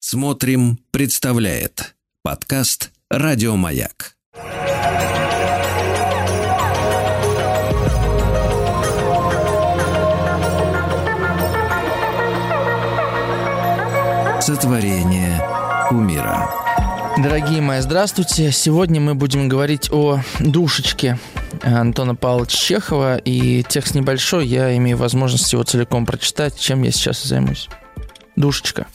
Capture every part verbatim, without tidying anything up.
Смотрим, представляет подкаст «Радио Маяк». Сотворение кумира. Дорогие мои, здравствуйте. Сегодня мы будем говорить о «Душечке» Антона Павловича Чехова. И текст небольшой, я имею возможность его целиком прочитать, чем я сейчас и займусь. «Душечка».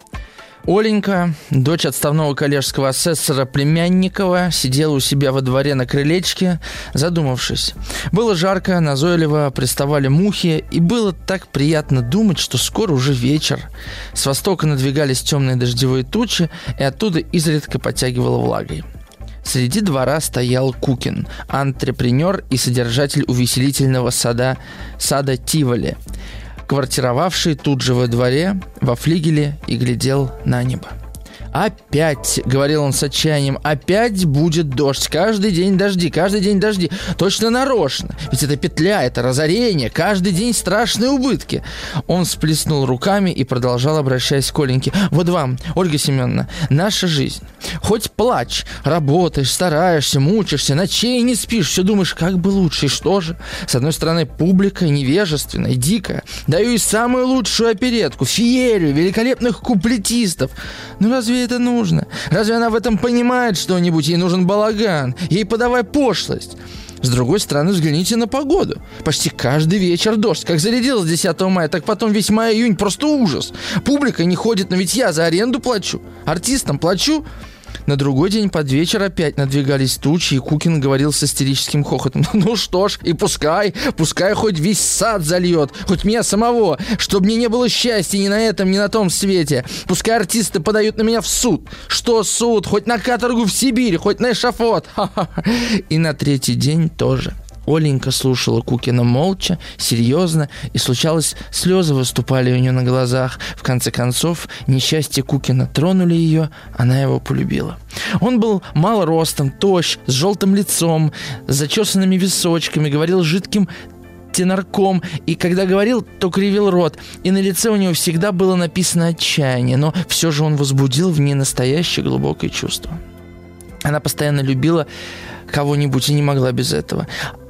Оленька, дочь отставного коллежского асессора Племянникова, сидела у себя во дворе на крылечке, задумавшись. Было жарко, назойливо, приставали мухи, и было так приятно думать, что скоро уже вечер. С востока надвигались темные дождевые тучи, и оттуда изредка подтягивало влагой. Среди двора стоял Кукин, антрепренер и содержатель увеселительного сада, сада Тиволи, квартировавший тут же во дворе, во флигеле, и глядел на небо. «Опять!» — говорил он с отчаянием. «Опять будет дождь! Каждый день дожди! Каждый день дожди! Точно нарочно! Ведь это петля, это разорение! Каждый день страшные убытки!» Он всплеснул руками и продолжал, обращаясь к Оленьке. «Вот вам, Ольга Семеновна, наша жизнь. Хоть плачь, работаешь, стараешься, мучишься, ночей не спишь, все думаешь, как бы лучше, и что же? С одной стороны, публика невежественная, дикая. Даю и самую лучшую оперетку, феерию, великолепных куплетистов. Ну разве это нужно? Разве она в этом понимает что-нибудь? Ей нужен балаган. Ей подавай пошлость. С другой стороны, взгляните на погоду. Почти каждый вечер дождь. Как зарядилось десятого мая, так потом весь май-июнь просто ужас. Публика не ходит, но ведь я за аренду плачу. Артистам плачу. На другой день под вечер опять надвигались тучи, и Кукин говорил с истерическим хохотом. «Ну что ж, и пускай, пускай хоть весь сад зальет, хоть меня самого, чтобы мне не было счастья ни на этом, ни на том свете. Пускай артисты подают на меня в суд. Что суд? Хоть на каторгу в Сибирь, хоть на эшафот. Ха-ха-ха». И на третий день тоже. Оленька слушала Кукина молча, серьезно, и, случалось, слезы выступали у нее на глазах. В конце концов, несчастье Кукина тронули ее, она его полюбила. Он был мало ростом, тощ, с желтым лицом, с зачесанными височками, говорил жидким тенорком, и когда говорил, то кривил рот, и на лице у него всегда было написано отчаяние, но все же он возбудил в ней настоящее глубокое чувство. Она постоянно любила кого-нибудь и не могла без этого.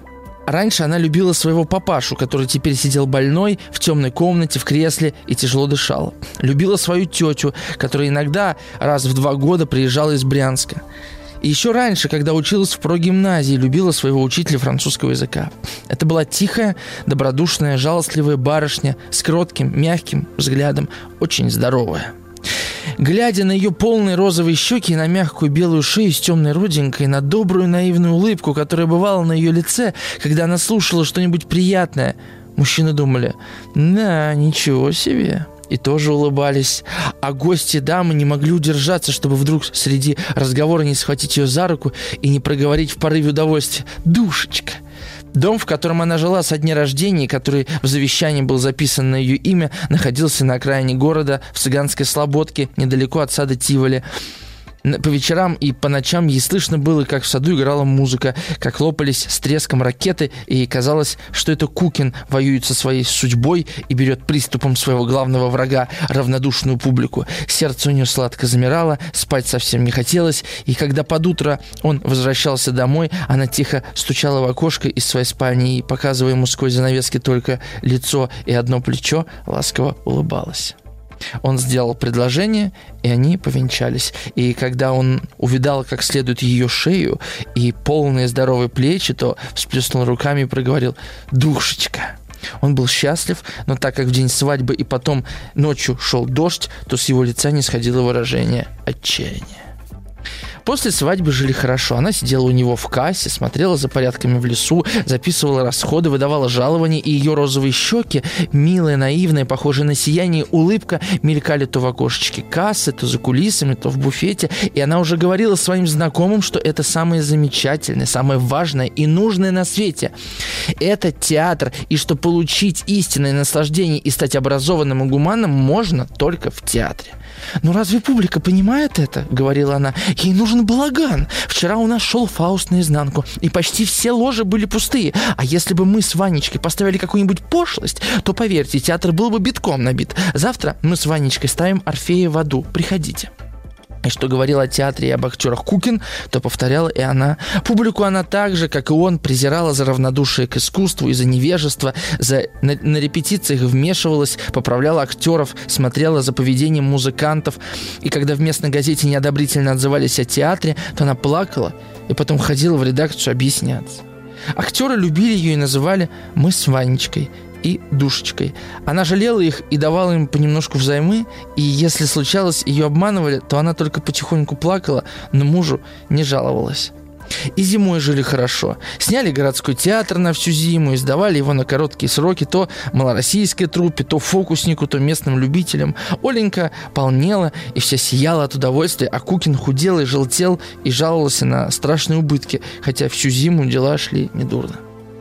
Раньше она любила своего папашу, который теперь сидел больной в темной комнате, в кресле и тяжело дышал. Любила свою тетю, которая иногда раз в два года приезжала из Брянска. И еще раньше, когда училась в прогимназии, любила своего учителя французского языка. Это была тихая, добродушная, жалостливая барышня с кротким, мягким взглядом, очень здоровая. Глядя на ее полные розовые щеки и на мягкую белую шею с темной родинкой, на добрую наивную улыбку, которая бывала на ее лице, когда она слушала что-нибудь приятное, мужчины думали: «Да, ничего себе», и тоже улыбались. А гости дамы не могли удержаться, чтобы вдруг среди разговора не схватить ее за руку и не проговорить в порыве удовольствия: «Душечка». Дом, в котором она жила со дня рождения, который в завещании был записан на ее имя, находился на окраине города, в цыганской слободке, недалеко от сада Тиволи. По вечерам и по ночам ей слышно было, как в саду играла музыка, как лопались с треском ракеты, и ей казалось, что это Кукин воюет со своей судьбой и берет приступом своего главного врага, равнодушную публику. Сердце у нее сладко замирало, спать совсем не хотелось, и когда под утро он возвращался домой, она тихо стучала в окошко из своей спальни и, показывая ему сквозь занавески только лицо и одно плечо, ласково улыбалась. Он сделал предложение, и они повенчались. И когда он увидал как следует ее шею и полные здоровые плечи, то всплеснул руками и проговорил: «Душечка». Он был счастлив, но так как в день свадьбы и потом ночью шел дождь, то с его лица не сходило выражение отчаяния. После свадьбы жили хорошо. Она сидела у него в кассе, смотрела за порядками в лесу, записывала расходы, выдавала жалования, и ее розовые щеки, милая, наивная, похожая на сияние улыбка, мелькали то в окошечке кассы, то за кулисами, то в буфете, и она уже говорила своим знакомым, что это самое замечательное, самое важное и нужное на свете. Это театр, и что получить истинное наслаждение и стать образованным и гуманным можно только в театре. «Ну разве публика понимает это?» — говорила она. «Ей нужен балаган. Вчера у нас шел Фауст наизнанку, и почти все ложи были пустые. А если бы мы с Ванечкой поставили какую-нибудь пошлость, то, поверьте, театр был бы битком набит. Завтра мы с Ванечкой ставим Орфея в аду. Приходите». И что говорил о театре и об актерах Кукин, то повторяла и она. Публику она так же, как и он, презирала за равнодушие к искусству и за невежество, за... на, на репетициях вмешивалась, поправляла актеров, смотрела за поведением музыкантов. И когда в местной газете неодобрительно отзывались о театре, то она плакала и потом ходила в редакцию объясняться. Актеры любили ее и называли «мы с Ванечкой» и Душечкой. Она жалела их и давала им понемножку взаймы, и если случалось, ее обманывали, то она только потихоньку плакала, но мужу не жаловалась. И зимой жили хорошо. Сняли городской театр на всю зиму, издавали его на короткие сроки то малороссийской труппе, то фокуснику, то местным любителям. Оленька полнела и вся сияла от удовольствия, а Кукин худел и желтел и жаловался на страшные убытки, хотя всю зиму дела шли недурно.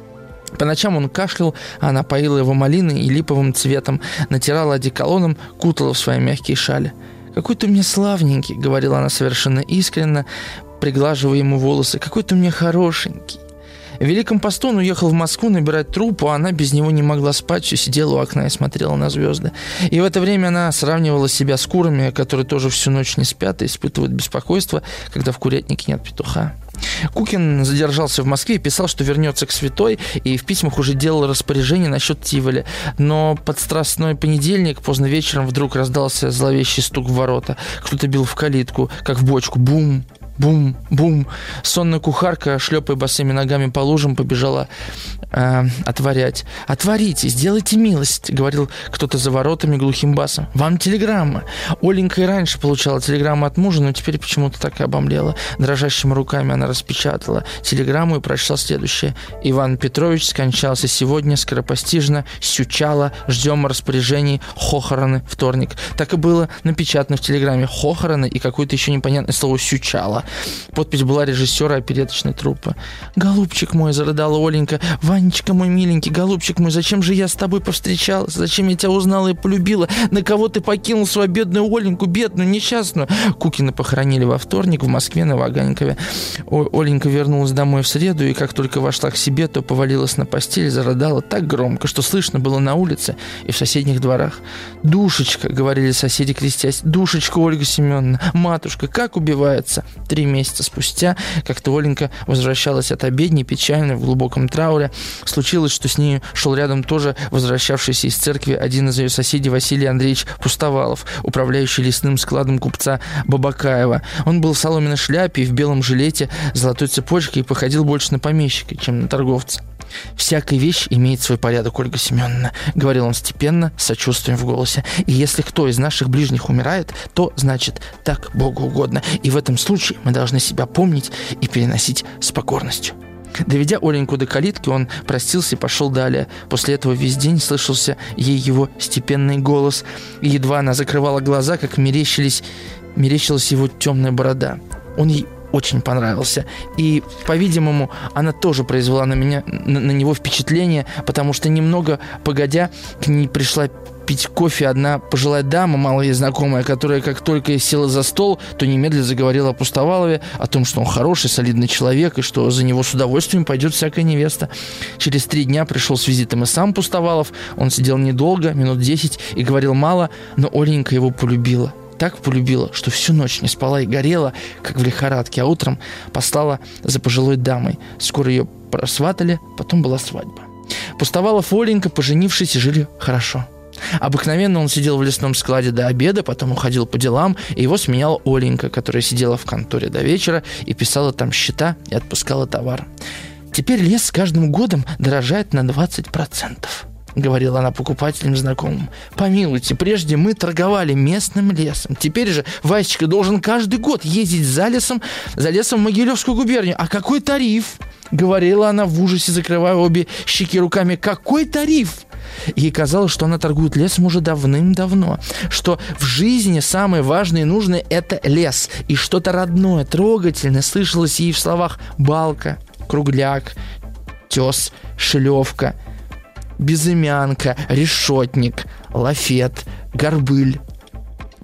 По ночам он кашлял, а она поила его малиной и липовым цветом, натирала одеколоном, кутала в свои мягкие шали. «Какой ты у меня славненький», — говорила она совершенно искренне, приглаживая ему волосы. «Какой ты у меня хорошенький». В Великом посту он уехал в Москву набирать труппу, а она без него не могла спать, все сидела у окна и смотрела на звезды. И в это время она сравнивала себя с курами, которые тоже всю ночь не спят и испытывают беспокойство, когда в курятнике нет петуха. Кукин задержался в Москве и писал, что вернется к святой, и в письмах уже делал распоряжение насчет Тиволи. Но под страстной понедельник поздно вечером вдруг раздался зловещий стук в ворота. Кто-то бил в калитку, как в бочку. Бум! Бум-бум. Сонная кухарка, шлепая босыми ногами по лужам, побежала э, отворять. «Отворите, сделайте милость», — говорил кто-то за воротами глухим басом. «Вам телеграмма». Оленька и раньше получала телеграмму от мужа, но теперь почему-то так и обомлела. Дрожащими руками она распечатала телеграмму и прочла следующее. «Иван Петрович скончался сегодня, скоропостижно, сючало, ждем распоряжений, хохороны, вторник». Так и было напечатано в телеграмме «хохороны» и какое-то еще непонятное слово «сючало». Подпись была режиссера опереточной труппы. «Голубчик мой», — зарыдала Оленька, — «Ванечка мой миленький, голубчик мой, зачем же я с тобой повстречалась? Зачем я тебя узнала и полюбила? На кого ты покинул свою бедную Оленьку, бедную, несчастную?» Кукина похоронили во вторник в Москве на Ваганькове. О- Оленька вернулась домой в среду, и как только вошла к себе, то повалилась на постель, зарыдала так громко, что слышно было на улице и в соседних дворах. «Душечка», — говорили соседи, крестясь, — «Душечка Ольга Семеновна, матушка, как убивается?» Три месяца спустя, как-то Оленька возвращалась от обедни, печальной, в глубоком трауре. Случилось, что с ней шел рядом тоже возвращавшийся из церкви один из ее соседей Василий Андреевич Пустовалов, управляющий лесным складом купца Бабакаева. Он был в соломенной шляпе и в белом жилете с золотой цепочкой и походил больше на помещика, чем на торговца. «Всякая вещь имеет свой порядок, Ольга Семеновна», — говорил он степенно, с сочувствием в голосе. «И если кто из наших ближних умирает, то, значит, так Богу угодно. И в этом случае мы должны себя помнить и переносить с покорностью». Доведя Оленьку до калитки, он простился и пошел далее. После этого весь день слышался ей его степенный голос. И едва она закрывала глаза, как мерещились, мерещилась его темная борода. Он ей очень понравился. И, по-видимому, она тоже произвела на меня, на, на него впечатление, потому что немного погодя к ней пришла пить кофе одна пожилая дама, мало ей знакомая, которая, как только села за стол, то немедленно заговорила о Пустовалове, о том, что он хороший, солидный человек, и что за него с удовольствием пойдет всякая невеста. Через три дня пришел с визитом и сам Пустовалов. Он сидел недолго, минут десять, и говорил мало, но Оленька его полюбила. Так полюбила, что всю ночь не спала и горела, как в лихорадке, а утром послала за пожилой дамой. Скоро ее просватали, потом была свадьба. Пустовалов и Оленька, поженившись, жили хорошо. Обыкновенно он сидел в лесном складе до обеда, потом уходил по делам, и его сменяла Оленька, которая сидела в конторе до вечера и писала там счета и отпускала товар. «Теперь лес с каждым годом дорожает на двадцать процентов», — говорила она покупателям знакомым. «Помилуйте, прежде мы торговали местным лесом. Теперь же Васечка должен каждый год ездить за лесом, за лесом в Могилевскую губернию. А какой тариф?» — говорила она в ужасе, закрывая обе щеки руками. «Какой тариф?» Ей казалось, что она торгует лесом уже давным-давно, что в жизни самое важное и нужное – это лес. И что-то родное, трогательное слышалось ей в словах «балка», «кругляк», «тес», «шелевка», «безымянка», «решетник», «лафет», «горбыль».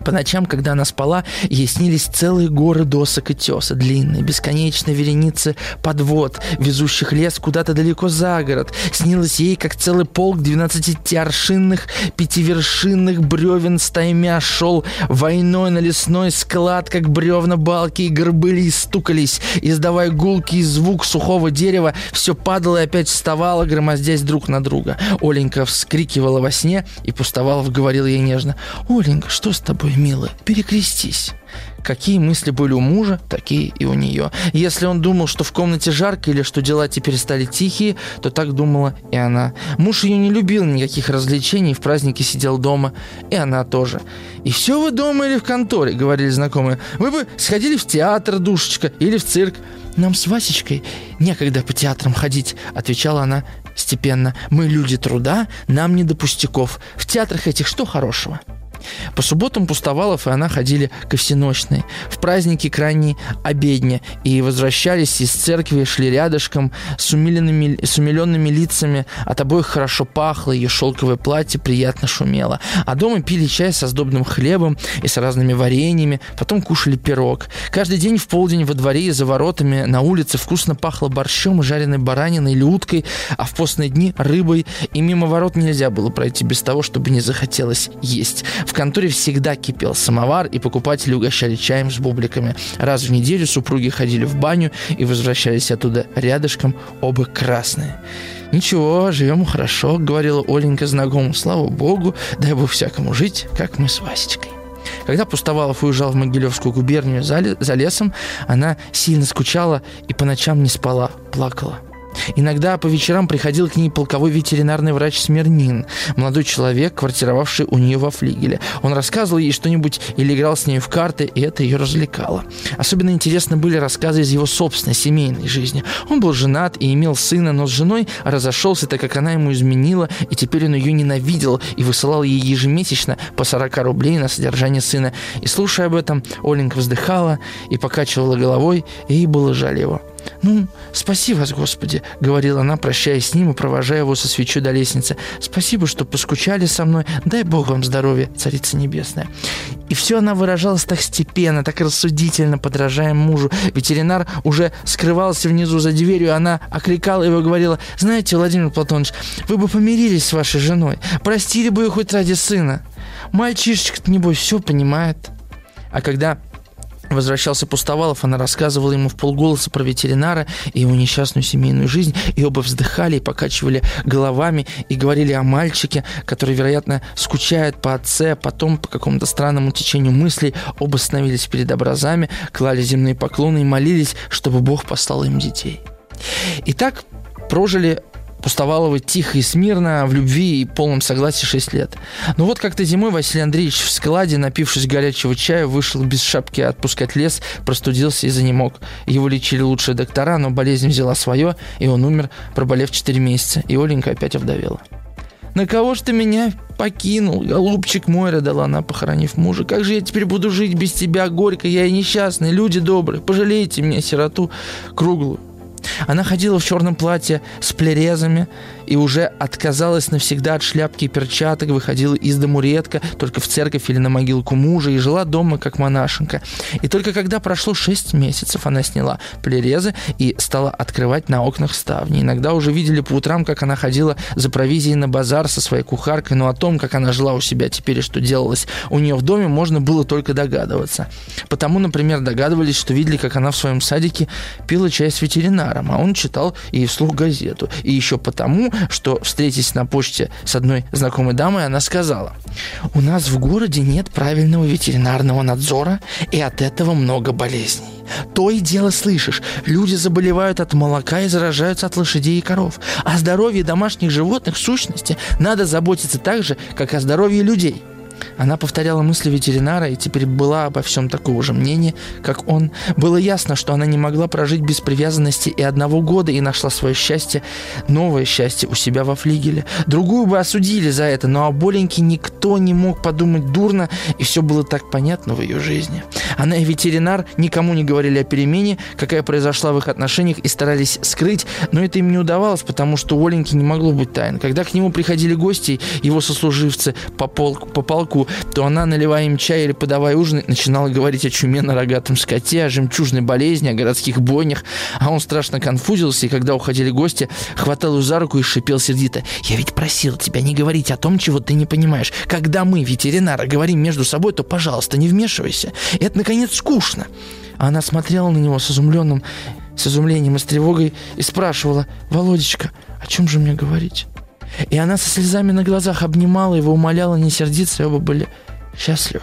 По ночам, когда она спала, ей снились целые горы досок и теса, длинные, бесконечные вереницы подвод, везущих лес куда-то далеко за город. Снилось ей, как целый полк двенадцатиаршинных, пятивершинных бревен стаймя шел войной на лесной склад, как бревна балки и горбыли стукались, издавая гулкий звук сухого дерева, все падало и опять вставало, громоздясь друг на друга. Оленька вскрикивала во сне, и Пустовалов говорил ей нежно: «Оленька, что с тобой, милая, перекрестись». Какие мысли были у мужа, такие и у нее. Если он думал, что в комнате жарко или что дела теперь стали тихие, то так думала и она. Муж ее не любил никаких развлечений, в праздники сидел дома, и она тоже. «И все вы дома или в конторе?» — говорили знакомые. «Вы бы сходили в театр, душечка, или в цирк». «Нам с Васечкой некогда по театрам ходить», — отвечала она степенно. «Мы люди труда, нам не до пустяков. В театрах этих что хорошего?» По субботам Пустовалов и она ходили ко всеночной, в праздники к ранней обедне, и возвращались из церкви, шли рядышком с умиленными, с умиленными лицами, от обоих хорошо пахло, ее шелковое платье приятно шумело, а дома пили чай со сдобным хлебом и с разными вареньями, потом кушали пирог. Каждый день в полдень во дворе и за воротами на улице вкусно пахло борщом и жареной бараниной или уткой, а в постные дни рыбой, и мимо ворот нельзя было пройти без того, чтобы не захотелось есть. В конторе всегда кипел самовар, и покупатели угощали чаем с бубликами. Раз в неделю супруги ходили в баню и возвращались оттуда рядышком, оба красные. «Ничего, живем хорошо», — говорила Оленька знакомому. «Слава богу, дай бог всякому жить, как мы с Васечкой». Когда Пустовалов уезжал в Могилевскую губернию за, за лесом, она сильно скучала и по ночам не спала, плакала. Иногда по вечерам приходил к ней полковой ветеринарный врач Смирнин, молодой человек, квартировавший у нее во флигеле. Он рассказывал ей что-нибудь или играл с ней в карты, и это ее развлекало. Особенно интересны были рассказы из его собственной семейной жизни. Он был женат и имел сына, но с женой разошелся, так как она ему изменила, и теперь он ее ненавидел и высылал ей ежемесячно по сорок рублей на содержание сына. И, слушая об этом, Оленька вздыхала и покачивала головой, и ей было жаль его. «Ну, спаси вас, Господи», — говорила она, прощаясь с ним и провожая его со свечой до лестницы. «Спасибо, что поскучали со мной. Дай Бог вам здоровья, Царица Небесная». И все она выражалась так степенно, так рассудительно, подражая мужу. Ветеринар уже скрывался внизу за дверью, и она окликала его и говорила: «Знаете, Владимир Платонович, вы бы помирились с вашей женой, простили бы ее хоть ради сына. Мальчишечка-то, небось, все понимает». А когда возвращался Пустовалов, она рассказывала ему вполголоса про ветеринара и его несчастную семейную жизнь, и оба вздыхали и покачивали головами и говорили о мальчике, который, вероятно, скучает по отце, потом по какому-то странному течению мыслей оба становились перед образами, клали земные поклоны и молились, чтобы Бог послал им детей. И так прожили Пустоваловы тихо и смирно, в любви и полном согласии шесть лет. Но вот как-то зимой Василий Андреевич в складе, напившись горячего чая, вышел без шапки отпускать лес, простудился и занемог. Его лечили лучшие доктора, но болезнь взяла свое, и он умер, проболев четыре месяца, и Оленька опять овдовела. «На кого ж ты меня покинул, голубчик мой?» — рыдала она, похоронив мужа. «Как же я теперь буду жить без тебя, горько? Я и несчастный, люди добрые, пожалейте меня, сироту круглую». Она ходила в черном платье с плерезами и уже отказалась навсегда от шляпки и перчаток, выходила из дому редко, только в церковь или на могилку мужа, и жила дома как монашенка. И только когда прошло шесть месяцев, она сняла плерезы и стала открывать на окнах ставни. Иногда уже видели по утрам, как она ходила за провизией на базар со своей кухаркой, но о том, как она жила у себя теперь и что делалось у нее в доме, можно было только догадываться. Потому, например, догадывались, что видели, как она в своем садике пила чай с ветеринаром, а он читал ей вслух газету. И еще потому, что, встретясь на почте с одной знакомой дамой, она сказала: «У нас в городе нет правильного ветеринарного надзора, и от этого много болезней. То и дело слышишь, люди заболевают от молока и заражаются от лошадей и коров. О здоровье домашних животных, в сущности, надо заботиться так же, как о здоровье людей». Она повторяла мысли ветеринара и теперь была обо всем такого же мнения, как он. Было ясно, что она не могла прожить без привязанности и одного года, и нашла свое счастье, новое счастье у себя во флигеле. Другую бы осудили за это, но об Оленьке никто не мог подумать дурно, и все было так понятно в ее жизни. Она и ветеринар никому не говорили о перемене, какая произошла в их отношениях, и старались скрыть, но это им не удавалось, потому что у Оленьки не могло быть тайн. Когда к нему приходили гости, его сослуживцы по полку, по полку подругу, то она, наливая им чай или подавая ужин, начинала говорить о чуме на рогатом скоте, о жемчужной болезни, о городских бойнях. А он страшно конфузился, и когда уходили гости, хватал ее за руку и шипел сердито: «Я ведь просил тебя не говорить о том, чего ты не понимаешь. Когда мы, ветеринары, говорим между собой, то, пожалуйста, не вмешивайся. Это, наконец, скучно». А она смотрела на него с изумленным, с изумлением и с тревогой и спрашивала: «Володечка, о чем же мне говорить?» И она со слезами на глазах обнимала его, умоляла не сердиться, и оба были счастливы.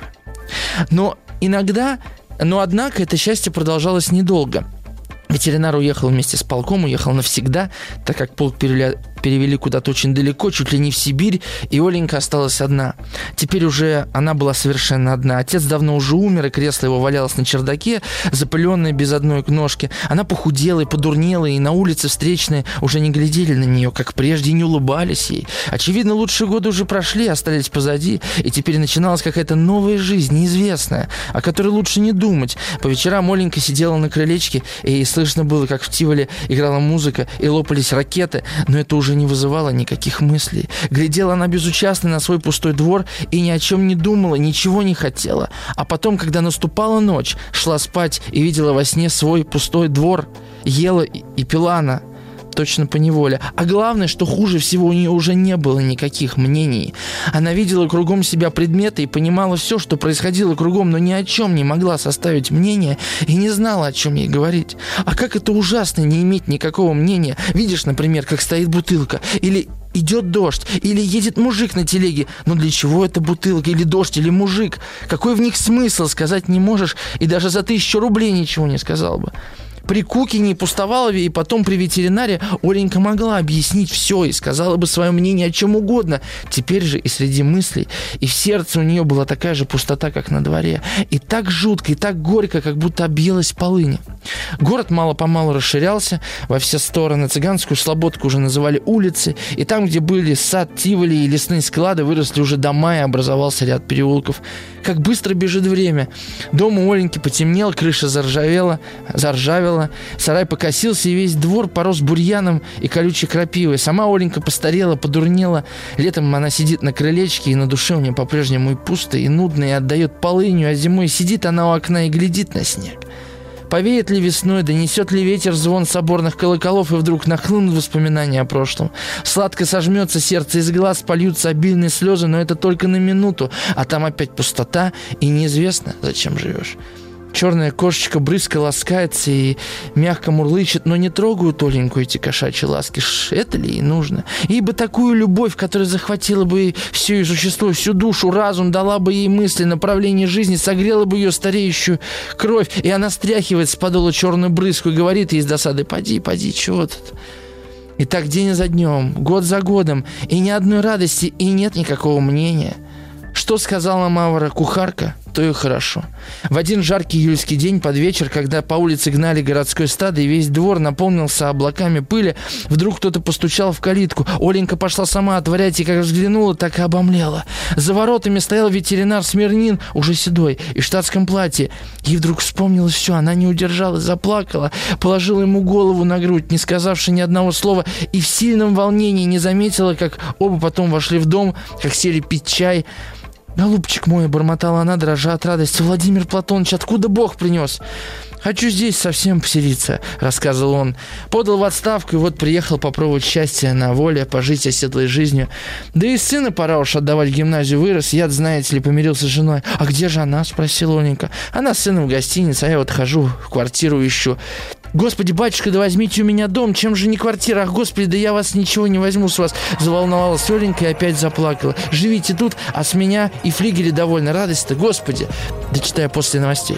Но иногда, но однако это счастье продолжалось недолго. Ветеринар уехал вместе с полком, уехал навсегда, так как полк перевели, перевели куда-то очень далеко, чуть ли не в Сибирь, и Оленька осталась одна. Теперь уже она была совершенно одна. Отец давно уже умер, и кресло его валялось на чердаке, запыленное без одной ножки. Она похудела и подурнела, и на улице встречные уже не глядели на нее, как прежде, и не улыбались ей. Очевидно, лучшие годы уже прошли, остались позади, и теперь начиналась какая-то новая жизнь, неизвестная, о которой лучше не думать. По вечерам Оленька сидела на крылечке, и слышно было, как в Тиволе играла музыка и лопались ракеты, но это уже не вызывало никаких мыслей. Глядела она безучастно на свой пустой двор и ни о чем не думала, ничего не хотела. А потом, когда наступала ночь, шла спать и видела во сне свой пустой двор, ела и пила она точно поневоле. А главное, что хуже всего, у нее уже не было никаких мнений. Она видела кругом себя предметы и понимала все, что происходило кругом, но ни о чем не могла составить мнение и не знала, о чем ей говорить. А как это ужасно не иметь никакого мнения. Видишь, например, как стоит бутылка, или идет дождь, или едет мужик на телеге. Но для чего эта бутылка, или дождь, или мужик? Какой в них смысл, сказать не можешь, и даже за тысячу рублей ничего не сказал бы. При Кукине и Пустовалове, и потом при ветеринаре Оленька могла объяснить все и сказала бы свое мнение о чем угодно. Теперь же и среди мыслей, и в сердце у нее была такая же пустота, как на дворе. И так жутко, и так горько, как будто объелась полыни. Город мало-помалу расширялся во все стороны. Цыганскую слободку уже называли улицы. И там, где были сад, Тиволи и лесные склады, выросли уже дома, и образовался ряд переулков. Как быстро бежит время. Дом у Оленьки потемнел, крыша заржавела, заржавела. Сарай покосился, и весь двор порос бурьяном и колючей крапивой. Сама Оленька постарела, подурнела. Летом она сидит на крылечке, и на душе у нее по-прежнему и пусто, и нудно, и отдает полынью, а зимой сидит она у окна и глядит на снег. Повеет ли весной, донесет ли ветер звон соборных колоколов, и вдруг нахлынут воспоминания о прошлом. Сладко сожмется сердце, из глаз польются обильные слезы, но это только на минуту, а там опять пустота, и неизвестно, зачем живешь. Черная кошечка брызко ласкается и мягко мурлычет, но не трогают Оленьку эти кошачьи ласки. Ш, это ли ей нужно? Ибо такую любовь, которая захватила бы все ее существо, всю душу, разум, дала бы ей мысли, направление жизни, согрела бы ее стареющую кровь, и она стряхивает с подола черную брызгу и говорит ей с досадой: «Поди, поди, чего тут?» И так день за днем, год за годом, и ни одной радости, и нет никакого мнения. Что сказала Мавра кухарка, то и хорошо. В один жаркий июльский день под вечер, когда по улице гнали городской стадо и весь двор наполнился облаками пыли, вдруг кто-то постучал в калитку. Оленька пошла сама отворять, и как взглянула, так и обомлела. За воротами стоял ветеринар Смирнин, уже седой, и в штатском платье. Ей вдруг вспомнилось все, она не удержалась, заплакала, положила ему голову на грудь, не сказавши ни одного слова, и в сильном волнении не заметила, как оба потом вошли в дом, как сели пить чай. «Голубчик мой», — бормотала она, дрожа от радости, — «Владимир Платоныч, откуда Бог принес?» «Хочу здесь совсем поселиться», — рассказывал он. «Подал в отставку, и вот приехал попробовать счастье на воле, пожить оседлой жизнью. Да и сына пора уж отдавать в гимназию, вырос. Я, знаете ли, помирился с женой». «А где же она?» — спросила Оленька. «Она с сыном в гостинице, а я вот хожу, квартиру ищу». «Господи, батюшка, да возьмите у меня дом, чем же не квартира? Ах, Господи, да я вас ничего не возьму с вас!» Заволновалась Оленька и опять заплакала. «Живите тут, а с меня и флигели довольно. Радость-то, Господи!» Дочитаю после новостей.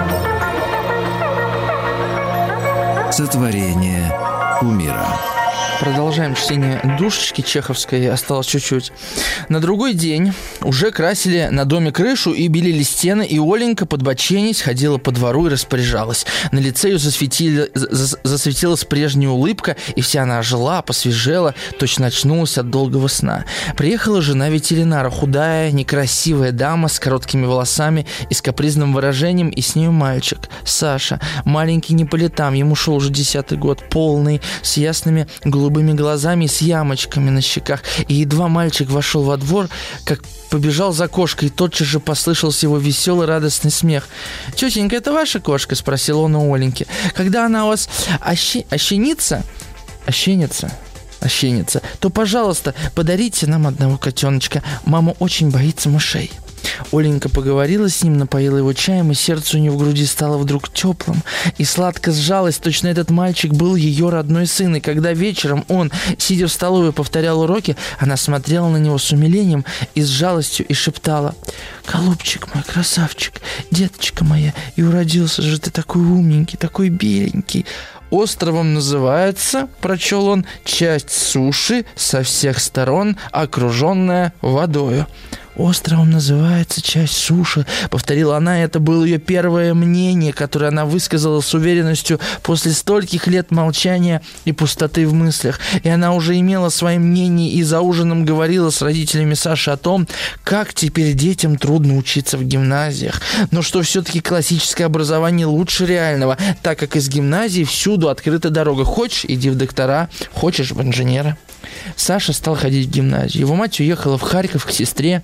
Сотворение кумира. Продолжаем чтение «Душечки» чеховской, осталось чуть-чуть. На другой день уже красили на доме крышу и белили стены, и Оленька, подбоченясь, ходила по двору и распоряжалась. На лице ее засветили, зас, засветилась прежняя улыбка, и вся она ожила, посвежела, точно очнулась от долгого сна. Приехала жена ветеринара, худая, некрасивая дама с короткими волосами и с капризным выражением, и с нею мальчик, Саша, маленький не по летам, ему шел уже десятый год, полный, с ясными голубыми глазами, с ямочками на щеках. И едва мальчик вошел во двор, как побежал за кошкой, и тотчас же послышался его веселый радостный смех. «Тетенька, это ваша кошка?» — спросил он у Оленьки. «Когда она у вас ощи... ощенится, ощенится, ощенится, то, пожалуйста, подарите нам одного котеночка. Мама очень боится мышей». Оленька поговорила с ним, напоила его чаем, и сердце у нее в груди стало вдруг теплым, и сладко сжалось, точно этот мальчик был ее родной сын. И когда вечером он, сидя в столовой, повторял уроки, она смотрела на него с умилением и с жалостью и шептала: «Голубчик мой, красавчик, деточка моя, и уродился же ты такой умненький, такой беленький». «Островом называется, — прочел он, — часть суши со всех сторон, окруженная водою». «Островом называется часть суши», — повторила она, и это было ее первое мнение, которое она высказала с уверенностью после стольких лет молчания и пустоты в мыслях. И она уже имела свое мнение и за ужином говорила с родителями Саши о том, как теперь детям трудно учиться в гимназиях, но что все-таки классическое образование лучше реального, так как из гимназии всюду открыта дорога. Хочешь — иди в доктора, хочешь — в инженера. Саша стал ходить в гимназию. Его мать уехала в Харьков к сестре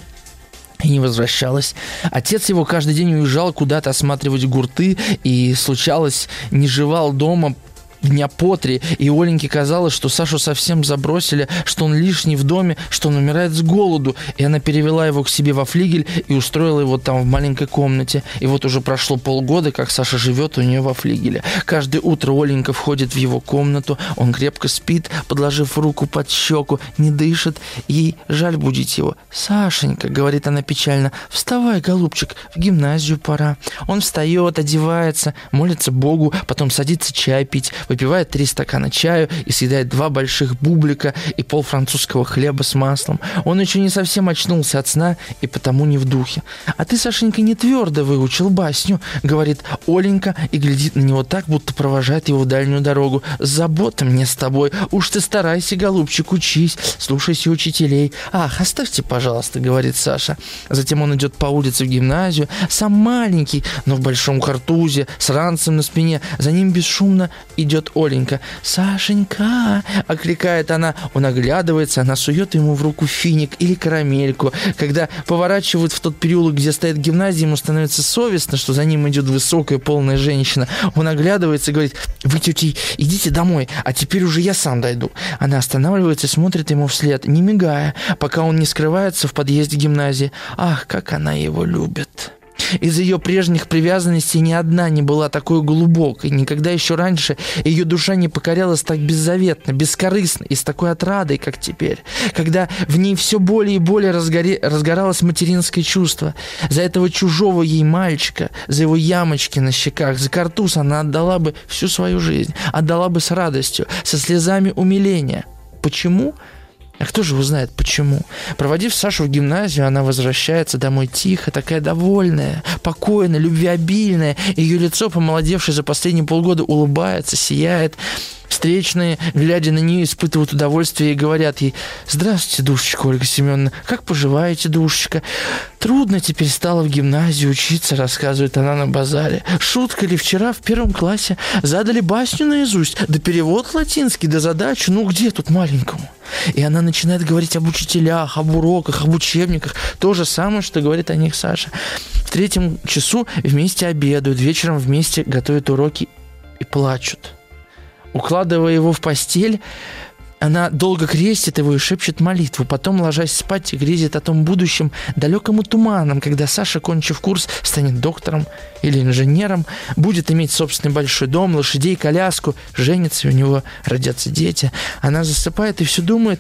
и не возвращалась. Отец его каждый день уезжал куда-то осматривать гурты, и, случалось, не живал дома дня по три, и Оленьке казалось, что Сашу совсем забросили, что он лишний в доме, что он умирает с голоду, и она перевела его к себе во флигель и устроила его там в маленькой комнате. И вот уже прошло полгода, как Саша живет у нее во флигеле. Каждое утро Оленька входит в его комнату, он крепко спит, подложив руку под щеку, не дышит, ей жаль будить его. «Сашенька», — говорит она печально, — «вставай, голубчик, в гимназию пора». Он встает, одевается, молится Богу, потом садится чай пить, выпивает три стакана чаю и съедает два больших бублика и пол французского хлеба с маслом. Он еще не совсем очнулся от сна и потому не в духе. «А ты, Сашенька, не твердо выучил басню», — говорит Оленька и глядит на него так, будто провожает его в дальнюю дорогу. «Забота мне с тобой. Уж ты старайся, голубчик, учись, слушайся учителей». «Ах, оставьте, пожалуйста», — говорит Саша. Затем он идет по улице в гимназию, сам маленький, но в большом картузе, с ранцем на спине. За ним бесшумно идет Оленька. «Сашенька!» — окликает она. Он оглядывается, она сует ему в руку финик или карамельку. Когда поворачивают в тот переулок, где стоит гимназия, ему становится совестно, что за ним идет высокая полная женщина. Он оглядывается и говорит: «Вы, тетя, идите домой, а теперь уже я сам дойду». Она останавливается и смотрит ему вслед, не мигая, пока он не скрывается в подъезде гимназии. Ах, как она его любит! Из ее прежних привязанностей ни одна не была такой глубокой. Никогда еще раньше ее душа не покорялась так беззаветно, бескорыстно и с такой отрадой, как теперь, когда в ней все более и более разгоре... разгоралось материнское чувство. За этого чужого ей мальчика, за его ямочки на щеках, за картуз она отдала бы всю свою жизнь, отдала бы с радостью, со слезами умиления. Почему? А кто же узнает, почему? Проводив Сашу в гимназию, она возвращается домой тихо, такая довольная, покойная, любвеобильная. Ее лицо, помолодевшее за последние полгода, улыбается, сияет. Встречные, глядя на нее, испытывают удовольствие и говорят ей: «Здравствуйте, душечка Ольга Семеновна, как поживаете, душечка?» «Трудно теперь стало в гимназии учиться», — рассказывает она на базаре. «Шутка ли, вчера в первом классе задали басню наизусть, да перевод латинский, да задачу, ну где тут маленькому?» И она начинает говорить об учителях, об уроках, об учебниках, то же самое, что говорит о них Саша. В третьем часу вместе обедают, вечером вместе готовят уроки и плачут. Укладывая его в постель, она долго крестит его и шепчет молитву. Потом, ложась спать, грезит о том будущем, далеком и туманном, когда Саша, кончив курс, станет доктором или инженером, будет иметь собственный большой дом, лошадей, коляску, женится, и у него родятся дети. Она засыпает и все думает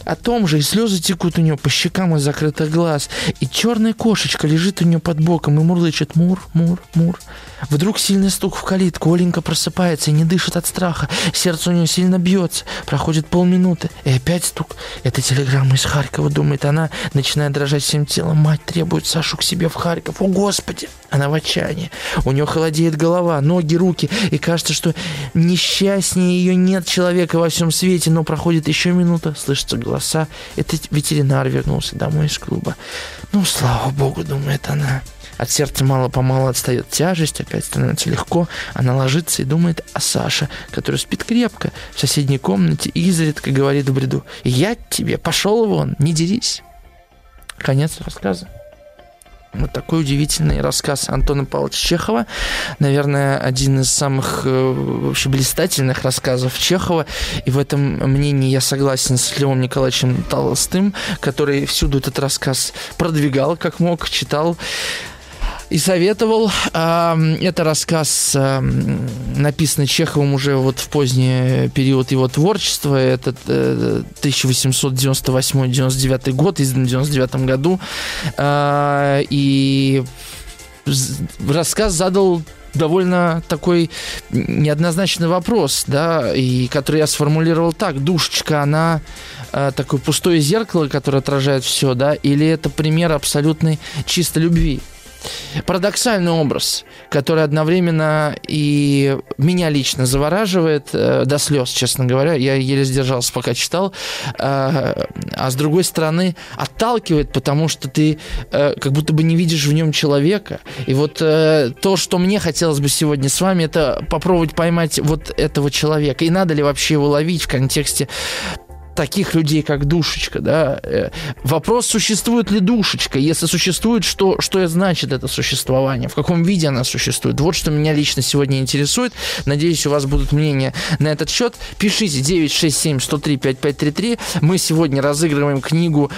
о том же, и слезы текут у нее по щекам из закрытых глаз, и черная кошечка лежит у нее под боком и мурлычет «Мур, мур, мур». Вдруг сильный стук в калитку, Оленька просыпается и не дышит от страха, сердце у нее сильно бьется, проходит полминуты, и опять стук. Это телеграмма из Харькова, думает она, начинает дрожать всем телом. Мать требует Сашу к себе в Харьков. О, Господи! Она в отчаянии. У нее холодеет голова, ноги, руки, и кажется, что несчастнее ее нет человека во всем свете, но проходит еще минута, слышатся голоса. Это ветеринар вернулся домой из клуба. Ну, слава богу, думает она. От сердца мало-помалу отстает тяжесть, опять становится легко. Она ложится и думает о Саше, который спит крепко в соседней комнате и изредка говорит в бреду: «Я тебе, пошел вон, не дерись». Конец рассказа. Вот такой удивительный рассказ Антона Павловича Чехова. Наверное, один из самых вообще блистательных рассказов Чехова. И в этом мнении я согласен с Львом Николаевичем Толстым, который всюду этот рассказ продвигал, как мог, читал и советовал. Это рассказ, написанный Чеховым уже вот в поздний период его творчества. Это тысяча восемьсот девяносто восьмой — девяносто девятый год, издан в девяносто девятом году. И рассказ задал довольно такой неоднозначный вопрос, да, и который я сформулировал так: душечка, она э, такое пустое зеркало, которое отражает все, да, или это пример абсолютной чистой любви? Парадоксальный образ, который одновременно и меня лично завораживает э, до слез, честно говоря. Я еле сдержался, пока читал. Э, а с другой стороны, отталкивает, потому что ты э, как будто бы не видишь в нем человека. И вот э, то, что мне хотелось бы сегодня с вами, это попробовать поймать вот этого человека. И надо ли вообще его ловить в контексте таких людей, как душечка, да? Вопрос, существует ли душечка? Если существует, что, что значит это существование? В каком виде она существует? Вот что меня лично сегодня интересует. Надеюсь, у вас будут мнения на этот счет. Пишите девять шесть семь сто три пятьдесят пять тридцать три. Мы сегодня разыгрываем книгу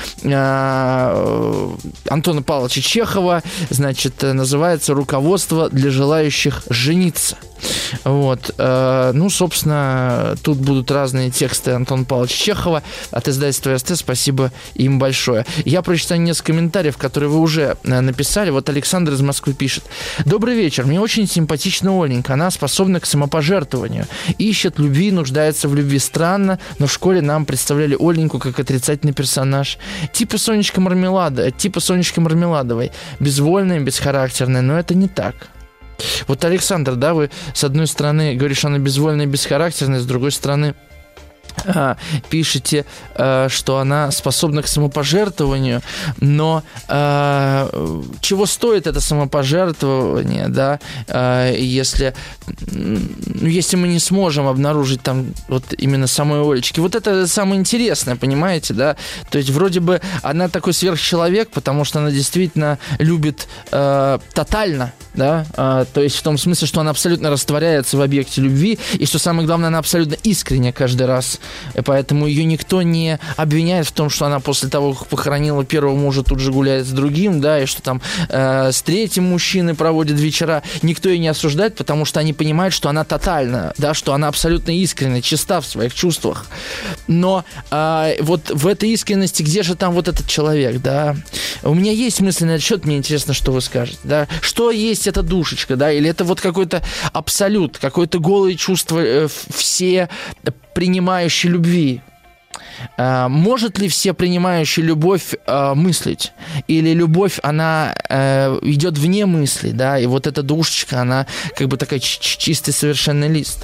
э, Антона Павловича Чехова. Значит, называется «Руководство для желающих жениться». Вот. Ну, собственно, тут будут разные тексты Антона Павловича Чехова от издательства эр эс тэ. Спасибо им большое. Я прочитаю несколько комментариев, которые вы уже написали. Вот Александр из Москвы пишет: «Добрый вечер. Мне очень симпатична Оленька. Она способна к самопожертвованию. Ищет любви, нуждается в любви. Странно, но в школе нам представляли Оленьку как отрицательный персонаж. Типа Сонечка Мармелада, типа Сонечки Мармеладовой. Безвольная, бесхарактерная. Но это не так». Вот, Александр, да, вы с одной стороны говоришь, она безвольная и бесхарактерная, с другой стороны а, пишете, а, что она способна к самопожертвованию, но а, чего стоит это самопожертвование, да, а, если, ну, если мы не сможем обнаружить там вот именно самой Олечки. Вот это самое интересное, понимаете, да, то есть вроде бы она такой сверхчеловек, потому что она действительно любит а, тотально, да, а, то есть в том смысле, что она абсолютно растворяется в объекте любви, и что самое главное, она абсолютно искренне каждый раз. И поэтому ее никто не обвиняет в том, что она после того, как похоронила первого мужа, тут же гуляет с другим, да, и что там э, с третьим мужчиной проводит вечера. Никто ее не осуждает, потому что они понимают, что она тотальна, да, что она абсолютно искренне, чиста в своих чувствах. Но э, вот в этой искренности, где же там вот этот человек, да? У меня есть мысли на этот счет, мне интересно, что вы скажете, да? Что есть эта душечка, да? Или это вот какой-то абсолют, какое-то голое чувство э, все принимающей любви? А, может ли все принимающие любовь а, мыслить? Или любовь, она а, идет вне мысли, да? И вот эта душечка, она как бы такой чистый совершенный лист.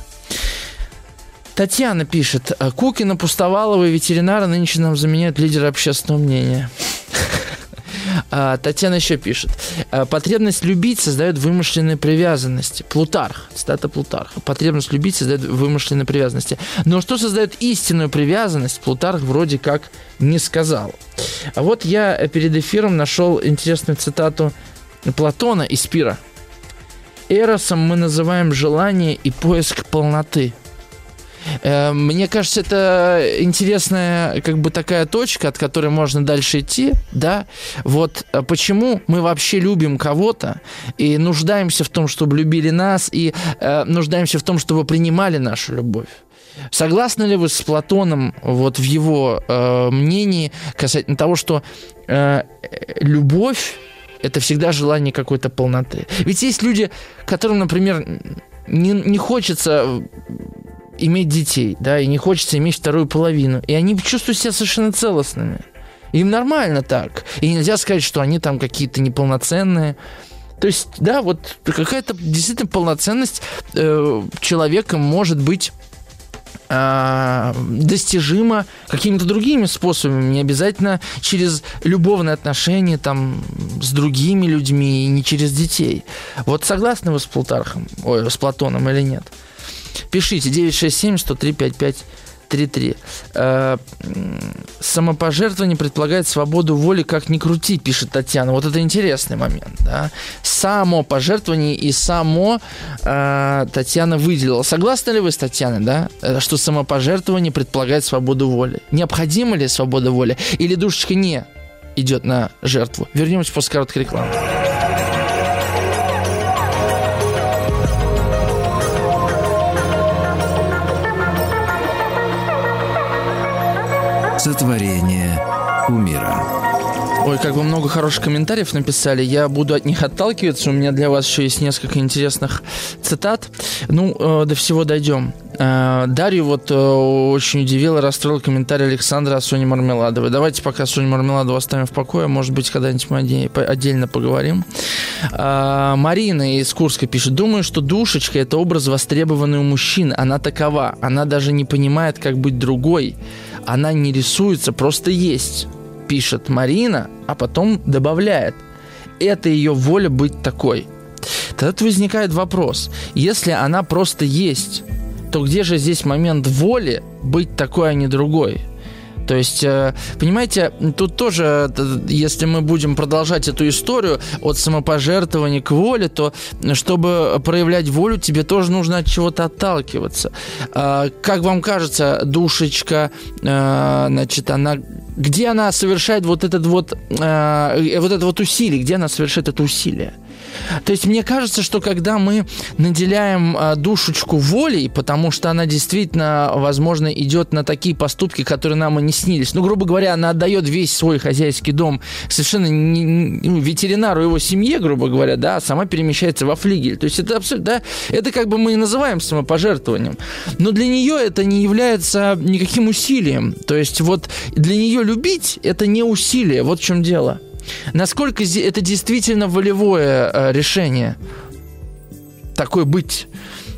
Татьяна пишет: Кукина, Пустовалова и ветеринара нынче нам заменяют лидеры общественного мнения. А, Татьяна еще пишет: потребность любить создает вымышленные привязанности. Плутарх, цитата Плутарха. Потребность любить создает вымышленные привязанности. Но что создает истинную привязанность, Плутарх вроде как не сказал. А вот я перед эфиром нашел интересную цитату Платона из Пира. «Эросом мы называем желание и поиск полноты». Мне кажется, это интересная как бы такая точка, от которой можно дальше идти, да, вот почему мы вообще любим кого-то и нуждаемся в том, чтобы любили нас, и э, нуждаемся в том, чтобы принимали нашу любовь. Согласны ли вы с Платоном вот в его э, мнении касательно того, что э, любовь – это всегда желание какой-то полноты? Ведь есть люди, которым, например, не, не хочется иметь детей, да, и не хочется иметь вторую половину, и они чувствуют себя совершенно целостными. Им нормально так. И нельзя сказать, что они там какие-то неполноценные. То есть, да, вот какая-то действительно полноценность э, человека может быть э, достижима какими-то другими способами, не обязательно через любовные отношения там, с другими людьми и не через детей. Вот согласны вы с Плутархом, ой, с Платоном или нет? Пишите девять шесть семь сто три пятьдесят пять тридцать три. Э, самопожертвование предполагает свободу воли, как ни крути, пишет Татьяна. Вот это интересный момент. Да? Самопожертвование и само э, Татьяна выделила. Согласны ли вы с Татьяной, да? Что самопожертвование предполагает свободу воли? Необходима ли свобода воли? Или душечка не идет на жертву? Вернемся после короткой рекламы. Сотворение кумира. Ой, как бы много хороших комментариев написали. Я буду от них отталкиваться. У меня для вас еще есть несколько интересных цитат. Ну, э, до всего дойдем. Э, Дарью вот э, очень удивил и расстроил комментарий Александра о Соне Мармеладовой. Давайте пока Соню Мармеладову оставим в покое. Может быть, когда-нибудь мы отдельно поговорим. Э, Марина из Курска пишет. Думаю, что душечка – это образ, востребованный у мужчин. Она такова. Она даже не понимает, как быть другой. Она не рисуется, просто есть, пишет Марина, а потом добавляет. Это ее воля быть такой. Тогда возникает вопрос. Если она просто есть, то где же здесь момент воли быть такой, а не другой? То есть, понимаете, тут тоже, если мы будем продолжать эту историю от самопожертвования к воле, то чтобы проявлять волю, тебе тоже нужно от чего-то отталкиваться. Как вам кажется, душечка, значит, она... Где она совершает вот этот вот, вот это вот усилие? Где она совершает это усилие? То есть мне кажется, что когда мы наделяем а, душечку волей, потому что она действительно, возможно, идет на такие поступки, которые нам и не снились. Ну, грубо говоря, она отдает весь свой хозяйский дом совершенно не, не, ветеринару его семье, грубо говоря, да, а сама перемещается во флигель. То есть это абсолютно, да, это как бы мы и называем самопожертвованием. Но для нее это не является никаким усилием. То есть вот для нее любить это не усилие. Вот в чем дело. Насколько это действительно волевое э, решение, такое быть.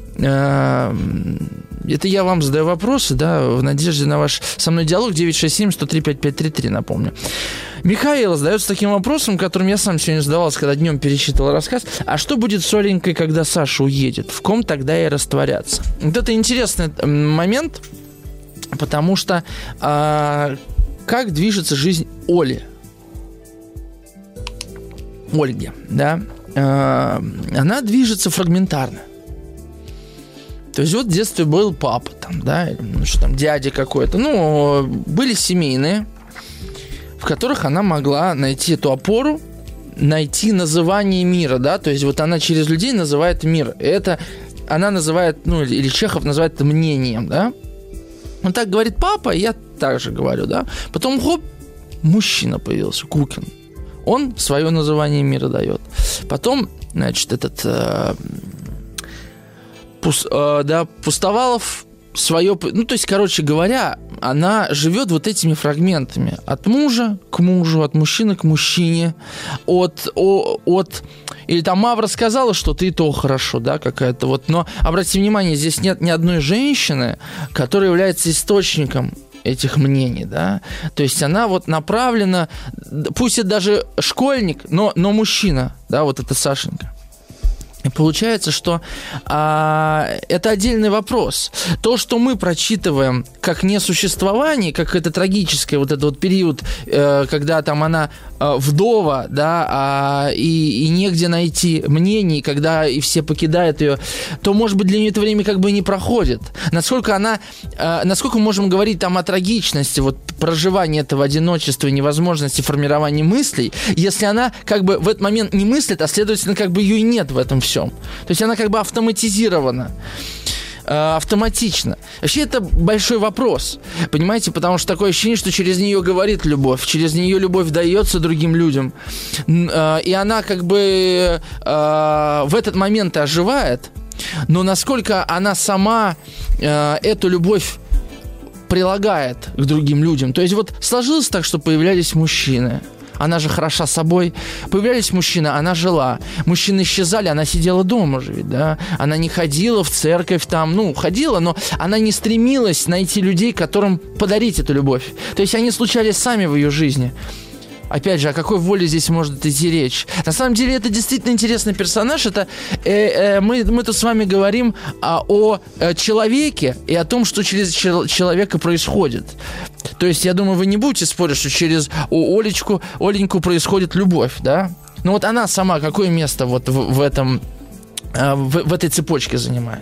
Э, это я вам задаю вопросы, да, в надежде на ваш со мной диалог. Девять шесть семь сто три пятьдесят пять тридцать три, напомню. Михаил задается таким вопросом, которым я сам сегодня задавался, когда днем перечитывал рассказ. А что будет с Оленькой, когда Саша уедет? В ком тогда и растворяться? Вот это интересный момент, потому что э, как движется жизнь Оли? Ольги, да, э, она движется фрагментарно. То есть вот в детстве был папа, там, да, ну что там, дядя какой-то. Ну, были семейные, в которых она могла найти эту опору, найти называние мира, да, то есть вот она через людей называет мир. Это она называет, ну, или Чехов называет это мнением, да. Он так говорит папа, и я так же говорю, да. Потом, хоп, мужчина появился, Кукин. Он свое название мира дает. Потом, значит, этот э, пус, э, да, Пустовалов свое... Ну, то есть, короче говоря, она живет вот этими фрагментами. От мужа к мужу, от мужчины к мужчине, от... О, от или там Мавра сказала что-то, и то хорошо, да, какая-то вот. Но, обратите внимание, здесь нет ни одной женщины, которая является источником этих мнений, да, то есть она вот направлена, пусть это даже школьник, но, но мужчина, да, вот это Сашенька. И получается, что а, это отдельный вопрос. То, что мы прочитываем как несуществование, как это трагическое вот этот вот период, э, когда там она э, вдова, да, а, и, и негде найти мнений, когда и все покидают ее, то, может быть, для нее это время как бы не проходит. Насколько она, э, насколько мы можем говорить там о трагичности вот проживания этого одиночества и невозможности формирования мыслей, если она как бы в этот момент не мыслит, а следовательно, как бы ее и нет в этом всем. То есть она как бы автоматизирована. э, автоматично. Вообще это большой вопрос, понимаете, потому что такое ощущение, что через нее говорит любовь, через нее любовь дается другим людям, э, и она как бы э, в этот момент оживает, но насколько она сама э, эту любовь прилагает к другим людям. То есть вот сложилось так, что появлялись мужчины. Она же хороша собой. Появлялись мужчины, она жила. Мужчины исчезали, она сидела дома же, ведь, да? Она не ходила в церковь там, ну, ходила, но она не стремилась найти людей, которым подарить эту любовь. То есть они случались сами в ее жизни. Опять же, о какой воле здесь может идти речь? На самом деле, это действительно интересный персонаж. Это э, э, мы, мы тут с вами говорим а, о э, человеке и о том, что через чел- человека происходит. То есть, я думаю, вы не будете спорить, что через о, Олечку, Оленьку происходит любовь, да? Но вот она сама какое место вот в, в этом, э, в, в этой цепочке занимает?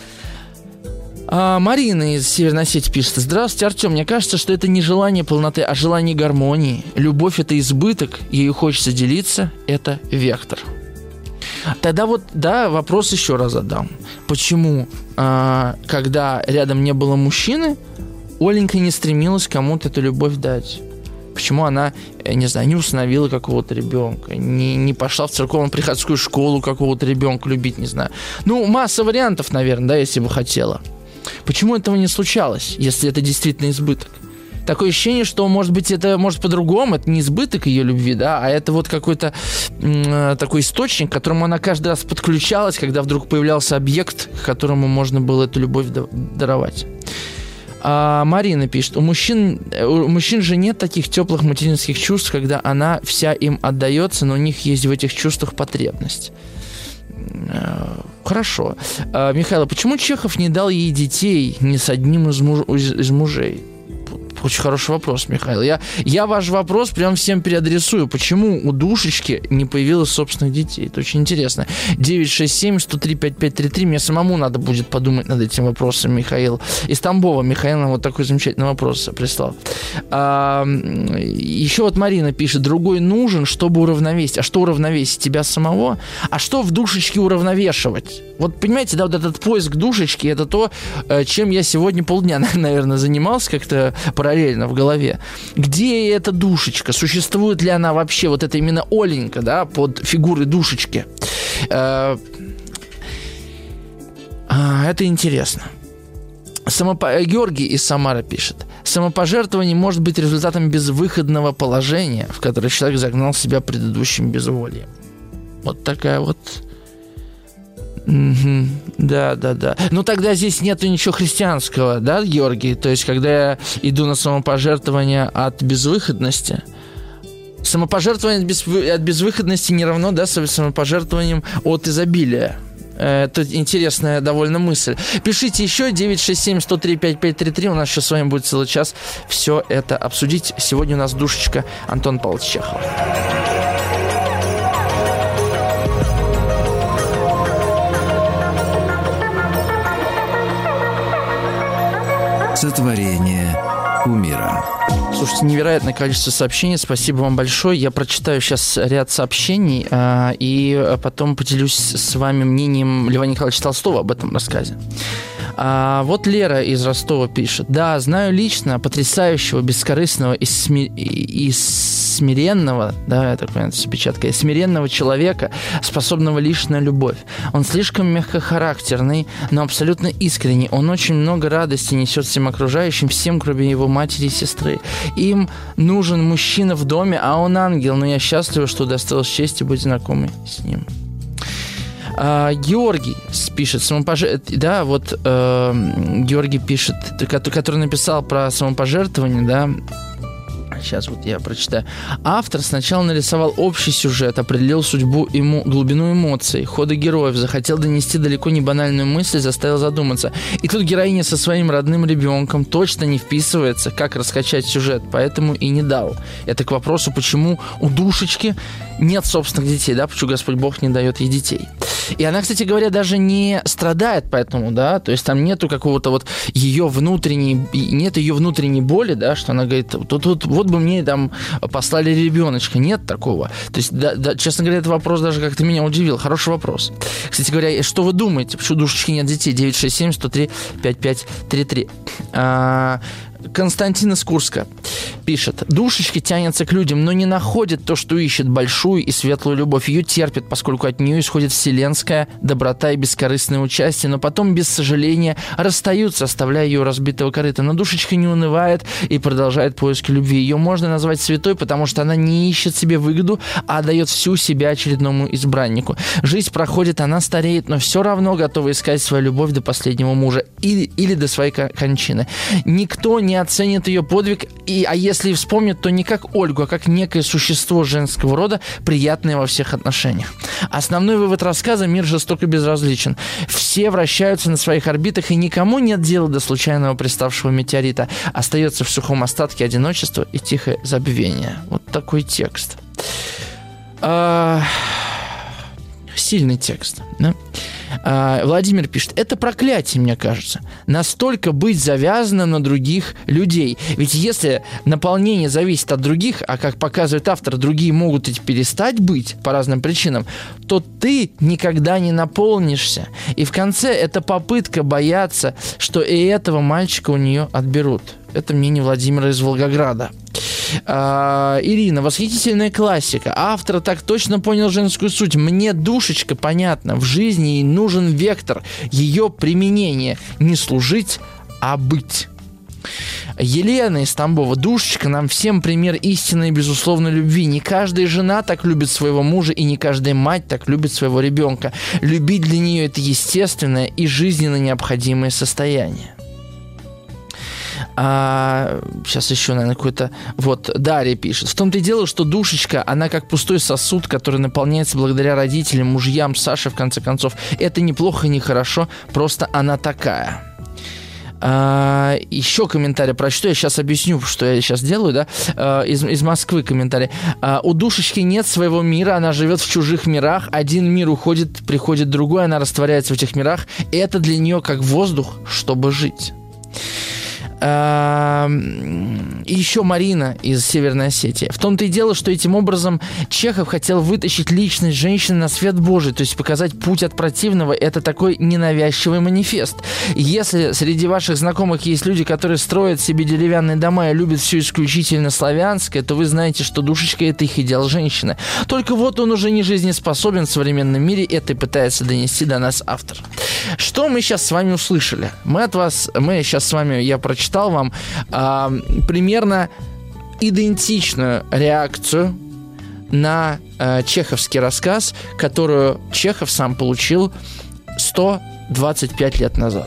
А, Марина из Северной Осетии пишет: здравствуйте, Артем, мне кажется, что это не желание полноты, а желание гармонии. Любовь – это избыток, ею хочется делиться, это вектор. Тогда вот, да, вопрос еще раз задам. Почему, а, когда рядом не было мужчины, Оленька не стремилась кому-то эту любовь дать? Почему она, не знаю, не усыновила какого-то ребенка, не, не пошла в церковно-приходскую школу какого-то ребенка любить, не знаю. Ну, масса вариантов, наверное, да, если бы хотела. Почему этого не случалось, если это действительно избыток? Такое ощущение, что, может быть, это может по-другому, это не избыток ее любви, да, а это вот какой-то м- такой источник, к которому она каждый раз подключалась, когда вдруг появлялся объект, к которому можно было эту любовь даровать. А Марина пишет: у мужчин, у мужчин же нет таких теплых материнских чувств, когда она вся им отдается, но у них есть в этих чувствах потребность. Хорошо. А, Михаил, почему Чехов не дал ей детей ни с одним из, муж, из мужей? Очень хороший вопрос, Михаил. Я, я ваш вопрос прям всем переадресую. Почему у Душечки не появилось собственных детей? Это очень интересно. девять шесть семь сто три пять пять три три. Мне самому надо будет подумать над этим вопросом, Михаил. Из Тамбова Михаил нам вот такой замечательный вопрос прислал. А, еще вот Марина пишет: другой нужен, чтобы уравновесить. А что уравновесить? Тебя самого? А что в Душечке уравновешивать? Вот понимаете, да, вот этот поиск Душечки — это то, чем я сегодня полдня, наверное, занимался как-то параллельно в голове. Где эта Душечка? Существует ли она вообще? Вот это именно Оленька, да, под фигурой Душечки. Это интересно. Самопо... Георгий из Самары пишет: самопожертвование может быть результатом безвыходного положения, в которое человек загнал себя предыдущим безволием. Вот такая вот... Mm-hmm. Да, да, да. Ну тогда здесь нету ничего христианского, да, Георгий? То есть, когда я иду на самопожертвование от безвыходности, самопожертвование от, без... от безвыходности не равно, да, самопожертвованием от изобилия. Это интересная довольно мысль. Пишите еще девять шесть семь сто три пять пять три три. У нас еще с вами будет целый час все это обсудить. Сегодня у нас Душечка, Антон Павлович Чехов. Сотворение кумира. Слушайте, невероятное количество сообщений. Спасибо вам большое. Я прочитаю сейчас ряд сообщений э, и потом поделюсь с вами мнением Льва Николаевича Толстого об этом рассказе. А вот Лера из Ростова пишет: да, знаю лично потрясающего, бескорыстного и, сми... и смиренного, да, я так понимаю, это печатка, и смиренного человека, способного лишь на любовь. Он слишком мягкохарактерный, но абсолютно искренний. Он очень много радости несет всем окружающим, всем, кроме его матери и сестры. Им нужен мужчина в доме, а он ангел, но я счастлива, что удостоилась чести быть знакомой с ним. А, Георгий пишет, самопож... да, вот э, Георгий пишет, который написал про самопожертвование, да. Сейчас вот я прочитаю. Автор сначала нарисовал общий сюжет, определил судьбу, ему, глубину эмоций, ходы героев, захотел донести далеко не банальную мысль, заставил задуматься. И тут героиня со своим родным ребенком точно не вписывается, как раскачать сюжет, поэтому и не дал. Это к вопросу, почему у Душечки нет собственных детей, да, почему Господь Бог не дает ей детей. И она, кстати говоря, даже не страдает поэтому, да, то есть там нету какого-то вот ее внутренней, нет ее внутренней боли, да, что она говорит, тут, тут вот бы мне там послали ребеночка. Нет такого. То есть, да, да, честно говоря, этот вопрос даже как-то меня удивил. Хороший вопрос. Кстати говоря, что вы думаете? Почему у душечки нет детей? девять шесть семь сто три пятьдесят пять тридцать три. А, Константин из Курска пишет. Душечка тянется к людям, но не находит то, что ищет, большую и светлую любовь. Ее терпит, поскольку от нее исходит вселенская доброта и бескорыстное участие, но потом, без сожаления, расстаются, оставляя ее разбитого корыта. Но душечка не унывает и продолжает поиски любви. Ее можно назвать святой, потому что она не ищет себе выгоду, а дает всю себя очередному избраннику. Жизнь проходит, она стареет, но все равно готова искать свою любовь до последнего мужа или, или до своей кончины. Никто не оценит ее подвиг, и, а если и вспомнит, то не как Ольгу, а как некое существо женского рода, приятное во всех отношениях. Основной вывод рассказа: мир жестоко безразличен. Все вращаются на своих орбитах, и никому нет дела до случайного приставшего метеорита. Остается в сухом остатке одиночество и тихое забвение. Вот такой текст. А... Сильный текст, да? А, Владимир пишет, это проклятие, мне кажется. Настолько быть завязанным на других людей. Ведь если наполнение зависит от других, а как показывает автор, другие могут и перестать быть по разным причинам, то ты никогда не наполнишься. И в конце это попытка бояться, что и этого мальчика у нее отберут. Это мнение Владимира из Волгограда. А, Ирина, восхитительная классика. Автор так точно понял женскую суть. Мне душечка понятна. В жизни ей нужен вектор ее применения. Не служить, а быть. Елена из Тамбова. Душечка нам всем пример истинной и безусловной любви. Не каждая жена так любит своего мужа, и не каждая мать так любит своего ребенка. Любить для нее это естественное и жизненно необходимое состояние. А, сейчас еще, наверное, какой-то... Вот, Дарья пишет. В том-то и дело, что душечка, она как пустой сосуд, который наполняется благодаря родителям, мужьям, Саше, в конце концов. Это неплохо и не хорошо, просто она такая. А, еще комментарий прочту, я сейчас объясню, что я сейчас делаю, да, а, из, из Москвы комментарий. А, у душечки нет своего мира, она живет в чужих мирах, один мир уходит, приходит другой, она растворяется в этих мирах, и это для нее как воздух, чтобы жить. И еще Марина из Северной Осетии. В том-то и дело, что этим образом Чехов хотел вытащить личность женщины на свет Божий, то есть показать путь от противного. Это такой ненавязчивый манифест. Если среди ваших знакомых есть люди, которые строят себе деревянные дома и любят все исключительно славянское, то вы знаете, что душечка — это их идеал женщины. Только вот он уже не жизнеспособен в современном мире, это и пытается донести до нас автор. Что мы сейчас с вами услышали? Мы от вас, мы сейчас с вами, я прочитал вам а, примерно идентичную реакцию на а, чеховский рассказ, которую Чехов сам получил сто двадцать пять лет назад.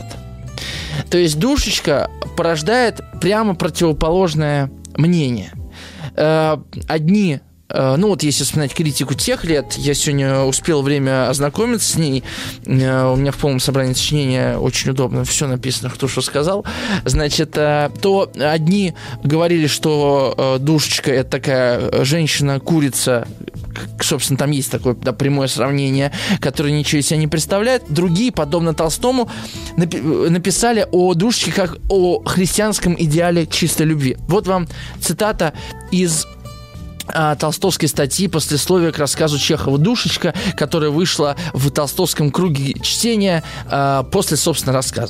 То есть душечка порождает прямо противоположное мнение. А, одни... Ну вот, если вспоминать критику тех лет, я сегодня успел время ознакомиться с ней. У меня в полном собрании сочинения очень удобно, все написано, кто что сказал. Значит, то одни говорили, что душечка — это такая женщина-курица, собственно, там есть такое, да, прямое сравнение, которое ничего из себя не представляет. Другие, подобно Толстому, напи- написали о душечке как о христианском идеале чистой любви. Вот вам цитата из толстовской статьи «Послесловие к рассказу Чехова «Душечка», которая вышла в толстовском круге чтения э, после, собственно, рассказа.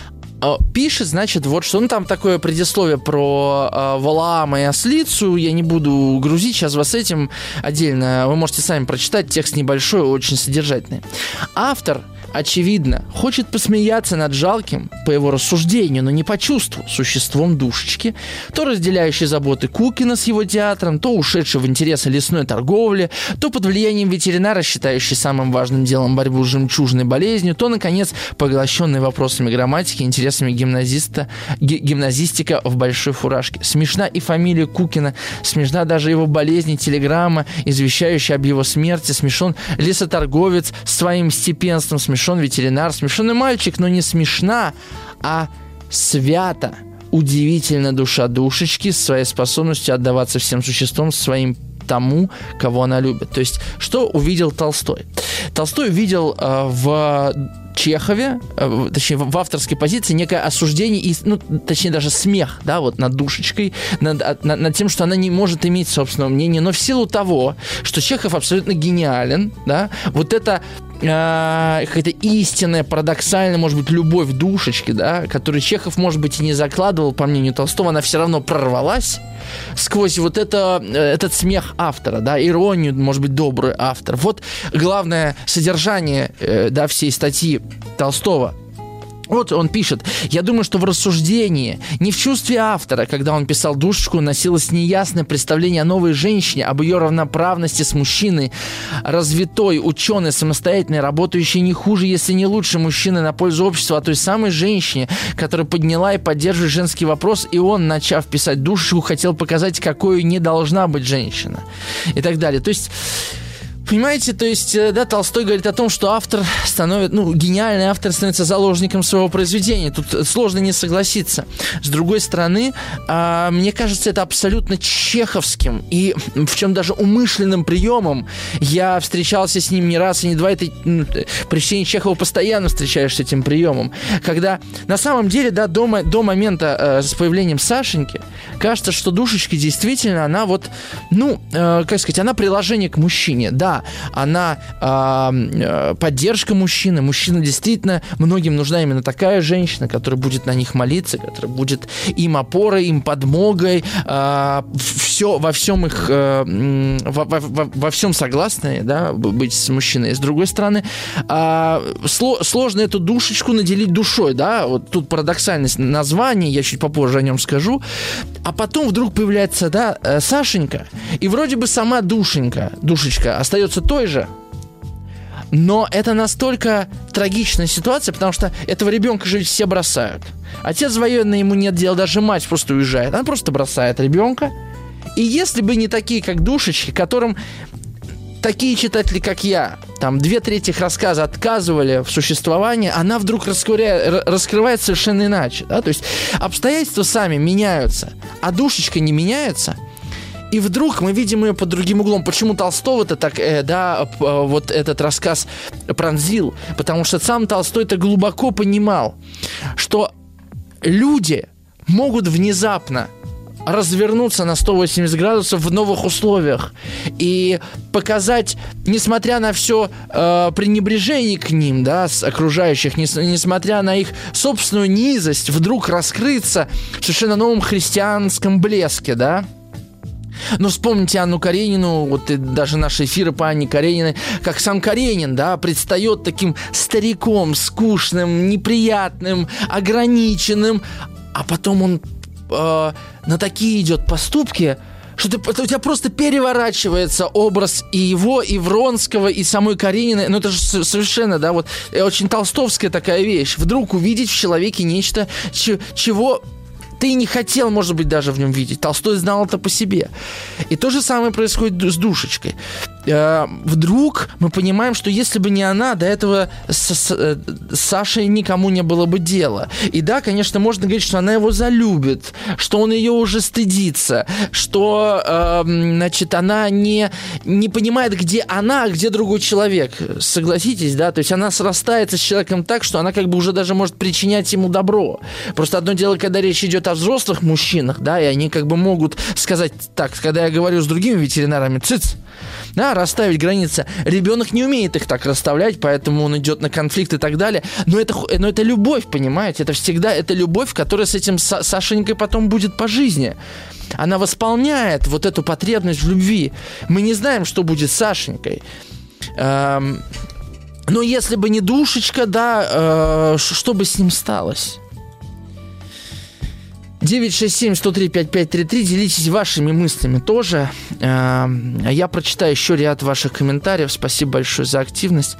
Пишет, значит, вот что. Ну, там такое предисловие про э, Валаама и ослицу. Я не буду грузить сейчас вас этим отдельно. Вы можете сами прочитать. Текст небольшой, очень содержательный. Автор, очевидно, хочет посмеяться над жалким, по его рассуждению, но не по чувству, существом душечки, то разделяющей заботы Кукина с его театром, то ушедший в интересы лесной торговли, то под влиянием ветеринара, считающий самым важным делом борьбу с жемчужной болезнью, то, наконец, поглощенный вопросами грамматики, интересами гимназиста, г- гимназистика в большой фуражке. Смешна и фамилия Кукина, смешна даже его болезнь, телеграмма, извещающая об его смерти, смешон лесоторговец с своим степенством, смешон ветеринар, смешонный мальчик, но не смешна, а свято, удивительно душа душечки с своей способностью отдаваться всем существам, своим тому, кого она любит. То есть, что увидел Толстой? Толстой увидел э, в Чехове, э, точнее, в авторской позиции некое осуждение, и, ну, точнее, даже смех, да, вот над душечкой, над, над, над тем, что она не может иметь собственного мнения, но в силу того, что Чехов абсолютно гениален, да, вот это э, какая-то истинная, парадоксальная, может быть, любовь душечки, да, которую Чехов, может быть, и не закладывал, по мнению Толстого, она все равно прорвалась сквозь вот это, этот смех автора, да, иронию, может быть, добрый автор. Вот главное содержание, э, да, всей статьи Толстого. Вот он пишет: «Я думаю, что в рассуждении, не в чувстве автора, когда он писал «Душечку», носилось неясное представление о новой женщине, об ее равноправности с мужчиной, развитой, ученой, самостоятельной, работающей не хуже, если не лучше мужчины на пользу общества, а той самой женщине, которая подняла и поддерживает женский вопрос, и он, начав писать «Душечку», хотел показать, какой не должна быть женщина». И так далее. То есть... Понимаете, то есть, да, Толстой говорит о том, что автор становится, ну, гениальный автор становится заложником своего произведения. Тут сложно не согласиться. С другой стороны, э, мне кажется, это абсолютно чеховским и в чем даже умышленным приемом. Я встречался с ним не раз и не два. Это, ну, при чтении Чехова постоянно встречаешься с этим приемом. Когда на самом деле, да, до, до момента э, с появлением Сашеньки, кажется, что душечка действительно, она вот, ну, э, как сказать, она приложение к мужчине, да. Она э, поддержка мужчины. Мужчина действительно, многим нужна именно такая женщина, которая будет на них молиться, которая будет им опорой, им подмогой, э, все, во всем их, э, во, во, во всем согласны, да, быть с мужчиной. С другой стороны, э, сло, сложно эту душечку наделить душой, да, вот тут парадоксальность названия, я чуть попозже о нем скажу. А потом вдруг появляется, да, Сашенька, и вроде бы сама душенька, душечка остается той же, но это настолько трагичная ситуация, потому что этого ребенка же все бросают. Отец военный, ему нет дела, даже мать просто уезжает. Она просто бросает ребенка. И если бы не такие, как душечки, которым такие читатели, как я, там две трети их рассказа отказывали в существовании, она вдруг раскрывает, раскрывает совершенно иначе. Да? То есть обстоятельства сами меняются, а душечка не меняется. И вдруг мы видим ее под другим углом. Почему Толстого-то так, э, да, вот этот рассказ пронзил? Потому что сам Толстой-то глубоко понимал, что люди могут внезапно развернуться на сто восемьдесят градусов в новых условиях и показать, несмотря на все э, пренебрежение к ним, да, с окружающих, нес, несмотря на их собственную низость, вдруг раскрыться в совершенно новом христианском блеске, да. Ну, вспомните Анну Каренину, вот и даже наши эфиры по Анне Карениной, как сам Каренин, да, предстает таким стариком, скучным, неприятным, ограниченным, а потом он э, на такие идет поступки, что ты, у тебя просто переворачивается образ и его, и Вронского, и самой Карениной. Ну, это же совершенно, да, вот очень толстовская такая вещь. Вдруг увидеть в человеке нечто, ч- чего... ты не хотел, может быть, даже в нем видеть. Толстой знал это по себе. И то же самое происходит с душечкой. Вдруг мы понимаем, что если бы не она, до этого с, с, с Сашей никому не было бы дела. И да, конечно, можно говорить, что она его залюбит, что он ее уже стыдится, что, э, значит, она не, не понимает, где она, а где другой человек. Согласитесь, да? То есть она срастается с человеком так, что она как бы уже даже может причинять ему добро. Просто одно дело, когда речь идет о взрослых мужчинах, да, и они как бы могут сказать так, когда я говорю с другими ветеринарами, цыц, да, расставить границы. Ребенок не умеет их так расставлять, поэтому он идет на конфликт и так далее. Но это, но это любовь, понимаете? Это всегда это любовь, которая с этим Са- Сашенькой потом будет по жизни. Она восполняет вот эту потребность в любви. Мы не знаем, что будет с Сашенькой. Эм, но если бы не душечка, да, э, что бы с ним сталось? девять шесть семь сто три пять пять три три. Делитесь вашими мыслями тоже. Я прочитаю еще ряд ваших комментариев. Спасибо большое за активность.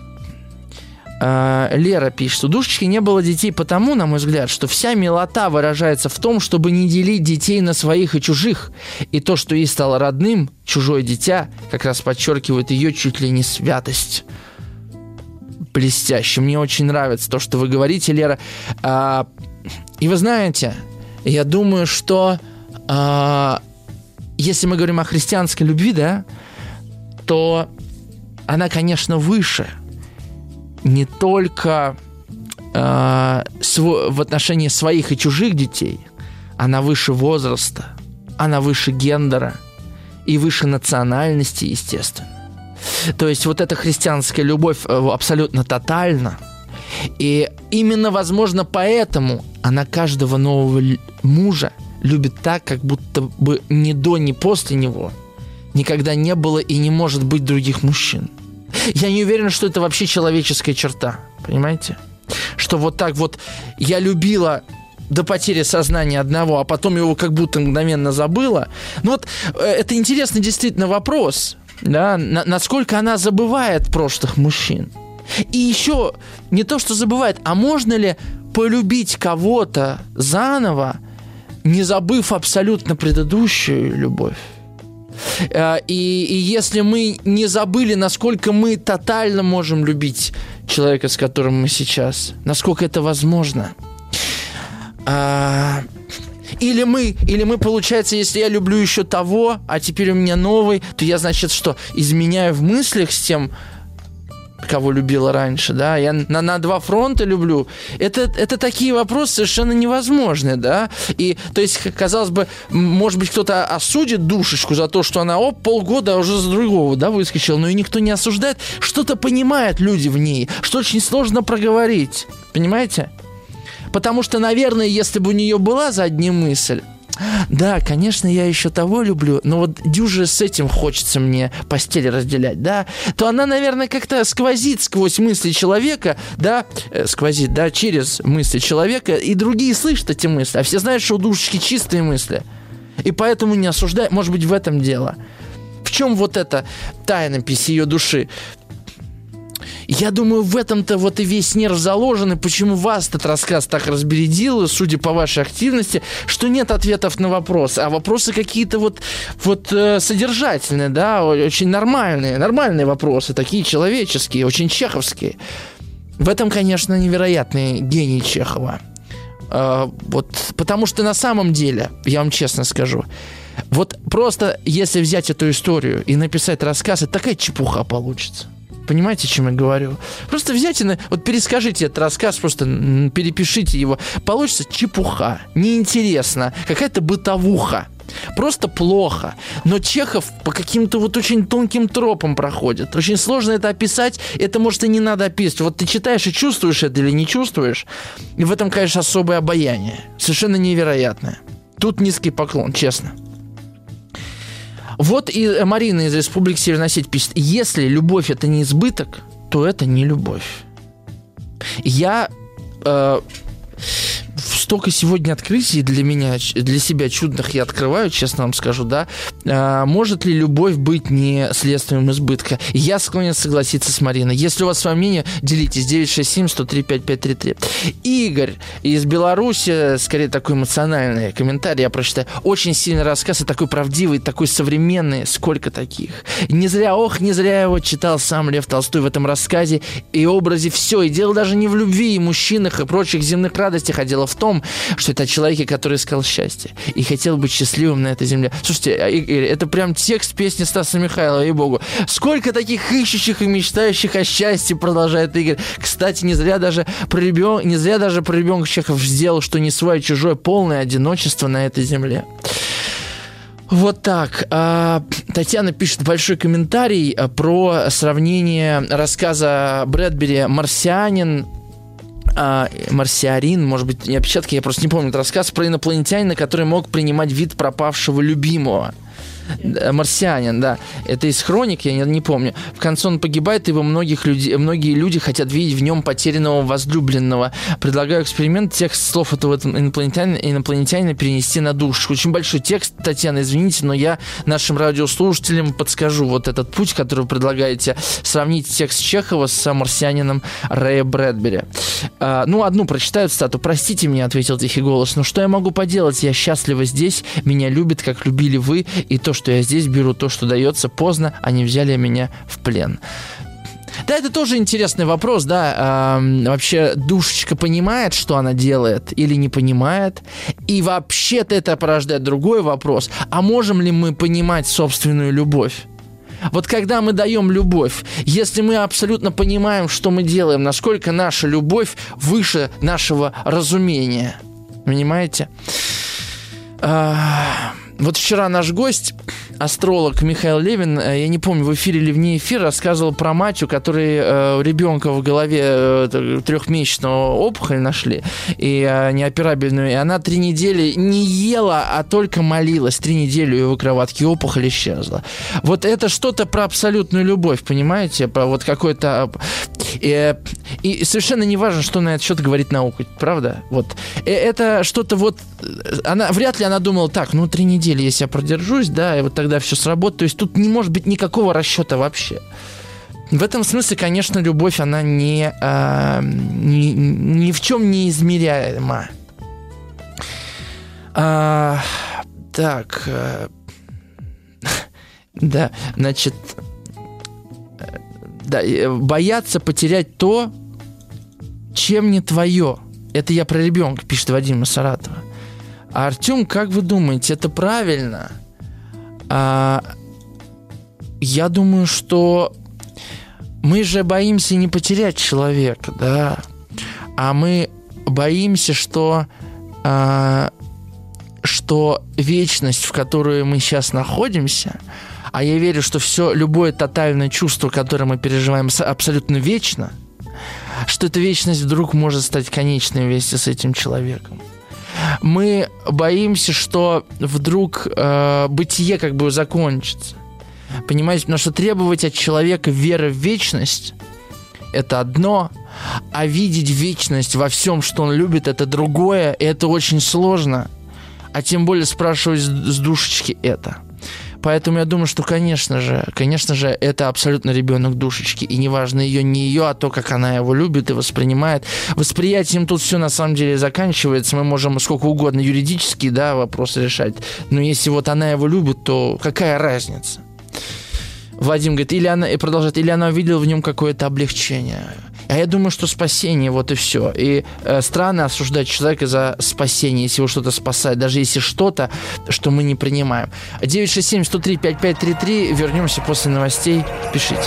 Лера пишет: у душечки не было детей потому, на мой взгляд, что вся милота выражается в том, чтобы не делить детей на своих и чужих. И то, что ей стало родным, чужое дитя, как раз подчеркивает ее чуть ли не святость. Блестяще. Мне очень нравится то, что вы говорите, Лера. И вы знаете... Я думаю, что э, если мы говорим о христианской любви, да, то она, конечно, выше не только э, св- в отношении своих и чужих детей, она выше возраста, она выше гендера и выше национальности, естественно. То есть вот эта христианская любовь абсолютно тотальна. И именно, возможно, поэтому она каждого нового мужа любит так, как будто бы ни до, ни после него никогда не было и не может быть других мужчин. Я не уверен, что это вообще человеческая черта, понимаете? Что вот так вот я любила до потери сознания одного, а потом его как будто мгновенно забыла. Ну вот это интересный действительно вопрос, да, на- насколько она забывает прошлых мужчин. И еще не то, что забывает, а можно ли полюбить кого-то заново, не забыв абсолютно предыдущую любовь? И, и если мы не забыли, насколько мы тотально можем любить человека, с которым мы сейчас, насколько это возможно? А, или мы, или мы, получается, если я люблю еще того, а теперь у меня новый, то я, значит, что, изменяю в мыслях с тем, кого любила раньше, да, я на, на два фронта люблю. Это, это такие вопросы совершенно невозможные, да, и, то есть, казалось бы, может быть, кто-то осудит душечку за то, что она, оп, полгода уже за другого, да, выскочила, но и никто не осуждает, что-то понимают люди в ней, что очень сложно проговорить, понимаете? Потому что, наверное, если бы у нее была задняя мысль, да, конечно, я еще того люблю, но вот дюже с этим хочется мне постель разделять, да, то она, наверное, как-то сквозит сквозь мысли человека, да, э, сквозит, да, через мысли человека, и другие слышат эти мысли, а все знают, что у душечки чистые мысли, и поэтому не осуждают, может быть, в этом дело. В чем вот эта тайнопись ее души? Я думаю, в этом-то вот и весь нерв заложен, и почему вас этот рассказ так разбередил, судя по вашей активности, что нет ответов на вопросы, а вопросы какие-то вот, вот э, содержательные, да, очень нормальные, нормальные вопросы, такие человеческие, очень чеховские. В этом, конечно, невероятный гений Чехова. Э, вот, потому что на самом деле, я вам честно скажу, вот просто если взять эту историю и написать рассказ, это такая чепуха получится. Понимаете, о чем я говорю? Просто взять и вот перескажите этот рассказ, просто перепишите его. Получится чепуха, неинтересно, какая-то бытовуха. Просто плохо. Но Чехов по каким-то вот очень тонким тропам проходит. Очень сложно это описать. Это, может, и не надо описывать. Вот ты читаешь и чувствуешь это или не чувствуешь. И в этом, конечно, особое обаяние. Совершенно невероятное. Тут низкий поклон, честно. Вот и Марина из Республики Северная Осетия пишет: если любовь это не избыток, то это не любовь. Я э, столько сегодня открытий для меня, для себя чудных я открываю, честно вам скажу, да. А, может ли любовь быть не следствием избытка? Я склонен согласиться с Мариной. Если у вас свое мнение, делитесь. девять шесть семь сто три пять пять три три. Игорь из Беларуси, скорее такой эмоциональный комментарий, я прочитаю. Очень сильный рассказ и такой правдивый, такой современный. Сколько таких? Не зря, ох, не зря его читал сам Лев Толстой в этом рассказе и образе все. И дело даже не в любви и мужчинах и прочих земных радостях, а дело в том, что это человек, который искал счастье и хотел быть счастливым на этой земле. Слушайте, Игорь, это прям текст песни Стаса Михайлова, ей-богу. Сколько таких ищущих и мечтающих о счастье, продолжает Игорь. Кстати, не зря даже про ребенка, не зря даже про ребенка Чехов сделал, что не свое, чужое, полное одиночество на этой земле. Вот так. Татьяна пишет большой комментарий про сравнение рассказа Брэдбери «Марсианин», А, марсиарин, может быть, не опечатка, я просто не помню этот рассказ про инопланетянина, который мог принимать вид пропавшего любимого. Марсианин, да. Это из хроник, я не, не помню. В конце он погибает, ибо многих людей, многие люди хотят видеть в нем потерянного возлюбленного. Предлагаю эксперимент, текст слов этого инопланетянина, инопланетянина перенести на душу. Очень большой текст, Татьяна, извините, но я нашим радиослушателям подскажу вот этот путь, который вы предлагаете. Сравнить текст Чехова с марсианином Рэя Брэдбери. А, ну, одну прочитаю цитату. «Простите меня», — ответил тихий голос, — «но что я могу поделать? Я счастлива здесь, меня любят, как любили вы, и то, что я здесь беру, то, что дается, поздно, они взяли меня в плен». Да, это тоже интересный вопрос, да. Э, вообще, душечка понимает, что она делает, или не понимает? И вообще-то это порождает другой вопрос. А можем ли мы понимать собственную любовь? Вот когда мы даем любовь, если мы абсолютно понимаем, что мы делаем, насколько наша любовь выше нашего разумения. Понимаете? А, вот вчера наш гость, астролог Михаил Левин, я не помню, в эфире или вне эфира, рассказывал про мать, у которой э, ребенка в голове э, трехмесячного опухоль нашли, и э, неоперабельную, и она три недели не ела, а только молилась. Три недели у его кроватки опухоль исчезла. Вот это что-то про абсолютную любовь, понимаете? Про вот какой-то... Э, и совершенно не важно, что на этот счет говорит наука, правда? Вот. Это что-то вот... Она, вряд ли она думала, так, ну три недели, если я продержусь, да, и вот тогда все сработает. То есть тут не может быть никакого расчета вообще. В этом смысле, конечно, любовь, она не, а, ни, ни в чем не измеряема. А, так, а, да, значит, да, бояться потерять то, чем не твое. Это я про ребенка, пишет Вадим из Саратова. А Артем, как вы думаете, это правильно? А, я думаю, что мы же боимся не потерять человека, да, а мы боимся, что, а, что вечность, в которой мы сейчас находимся, а я верю, что все, любое тотальное чувство, которое мы переживаем, абсолютно вечно, что эта вечность вдруг может стать конечной вместе с этим человеком. Мы боимся, что вдруг э, бытие как бы закончится. Понимаете? Потому что требовать от человека веры в вечность – это одно, а видеть вечность во всем, что он любит – это другое, и это очень сложно. А тем более спрашивать с душечки это. Поэтому я думаю, что, конечно же, конечно же, это абсолютно ребенок душечки. И неважно ее, не ее, а то, как она его любит и воспринимает. Восприятием тут все на самом деле заканчивается. Мы можем сколько угодно юридические, да, вопросы решать. Но если вот она его любит, то какая разница? Вадим говорит, или она, и продолжает, или она увидела в нем какое-то облегчение. А я думаю, что спасение, вот и все. И э, странно осуждать человека за спасение, если его что-то спасает, даже если что-то, что мы не принимаем. девять шесть семь сто три пять пять три три. Вернемся после новостей. Пишите.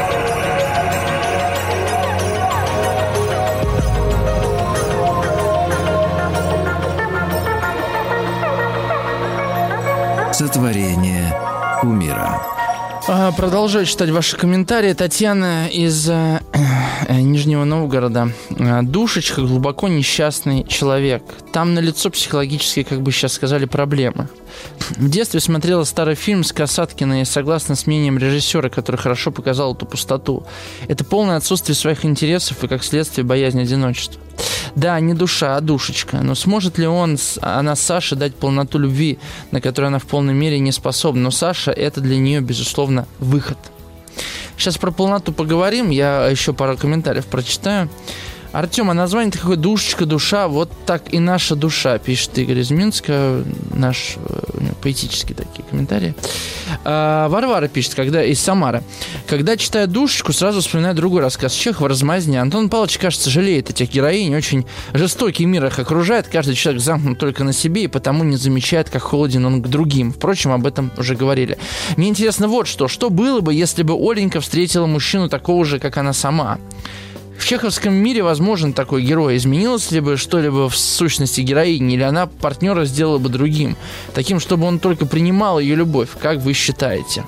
Сотворение кумира. Продолжаю читать ваши комментарии. Татьяна из э, э, Нижнего Новгорода. Душечка глубоко несчастный человек. Там налицо психологические, как бы сейчас сказали, проблемы. В детстве смотрела старый фильм с Касаткиной, согласно с мнением режиссера, который хорошо показал эту пустоту. Это полное отсутствие своих интересов и, как следствие, боязнь одиночества. Да, не душа, а душечка. Но сможет ли он, она Саше дать полноту любви, на которую она в полной мере не способна? Но Саша – это для нее, безусловно, выход. Сейчас про полноту поговорим. Я еще пару комментариев прочитаю. Артем, а название-то какое? Душечка, душа. Вот так и наша душа, пишет Игорь из Минска. Наш поэтические такие комментарии. А, Варвара пишет, когда из Самары. Когда читаю «Душечку», сразу вспоминаю другой рассказ Чехова «Размазня». Антон Павлович, кажется, жалеет этих героинь. Очень жестокий мир их окружает. Каждый человек замкнут только на себе и потому не замечает, как холоден он к другим. Впрочем, об этом уже говорили. Мне интересно вот что. Что было бы, если бы Оленька встретила мужчину такого же, как она сама? В чеховском мире возможен такой герой. Изменилось ли бы что-либо в сущности героини, или она партнера сделала бы другим? Таким, чтобы он только принимал ее любовь. Как вы считаете?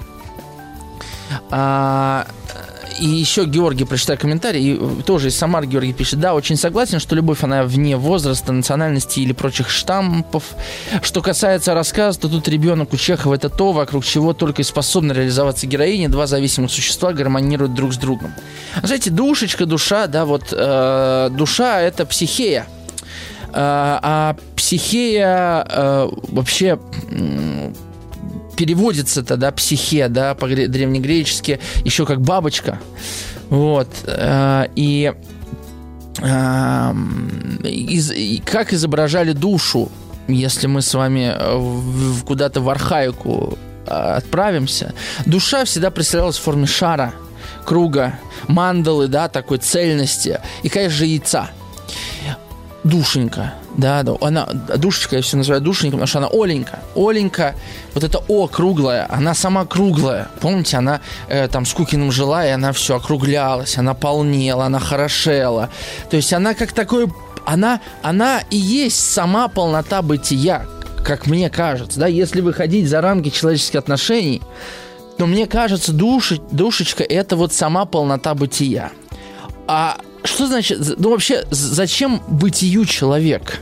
А... И еще Георгий, прочитаю комментарий, и тоже из Самары Георгий пишет: да, очень согласен, что любовь, она вне возраста, национальности или прочих штампов. Что касается рассказа, то тут ребенок у Чехова — это то, вокруг чего только и способна реализоваться героиня. Два зависимых существа гармонируют друг с другом. Знаете, душечка, душа, да, вот э, душа — это психея. Э, а психея э, вообще... Э, переводится-то, да, психе, да, по-древнегречески, еще как бабочка. Вот. И, и как изображали душу, если мы с вами в, куда-то в архаику отправимся, душа всегда представлялась в форме шара. круга, мандалы, да, такой цельности и, конечно же, яйца. Душенька, да, да, она, душечка, я все называю душенькой, потому что она Оленька. Оленька, вот это О круглая, она сама круглая. Помните, она э, там с Кукиным жила, и она все округлялась, она полнела, она хорошела. То есть она как такой, она, она и есть сама полнота бытия, как мне кажется, да, если выходить за рамки человеческих отношений, то мне кажется, души, душечка – это вот сама полнота бытия. А что значит, ну вообще, зачем бытию человек?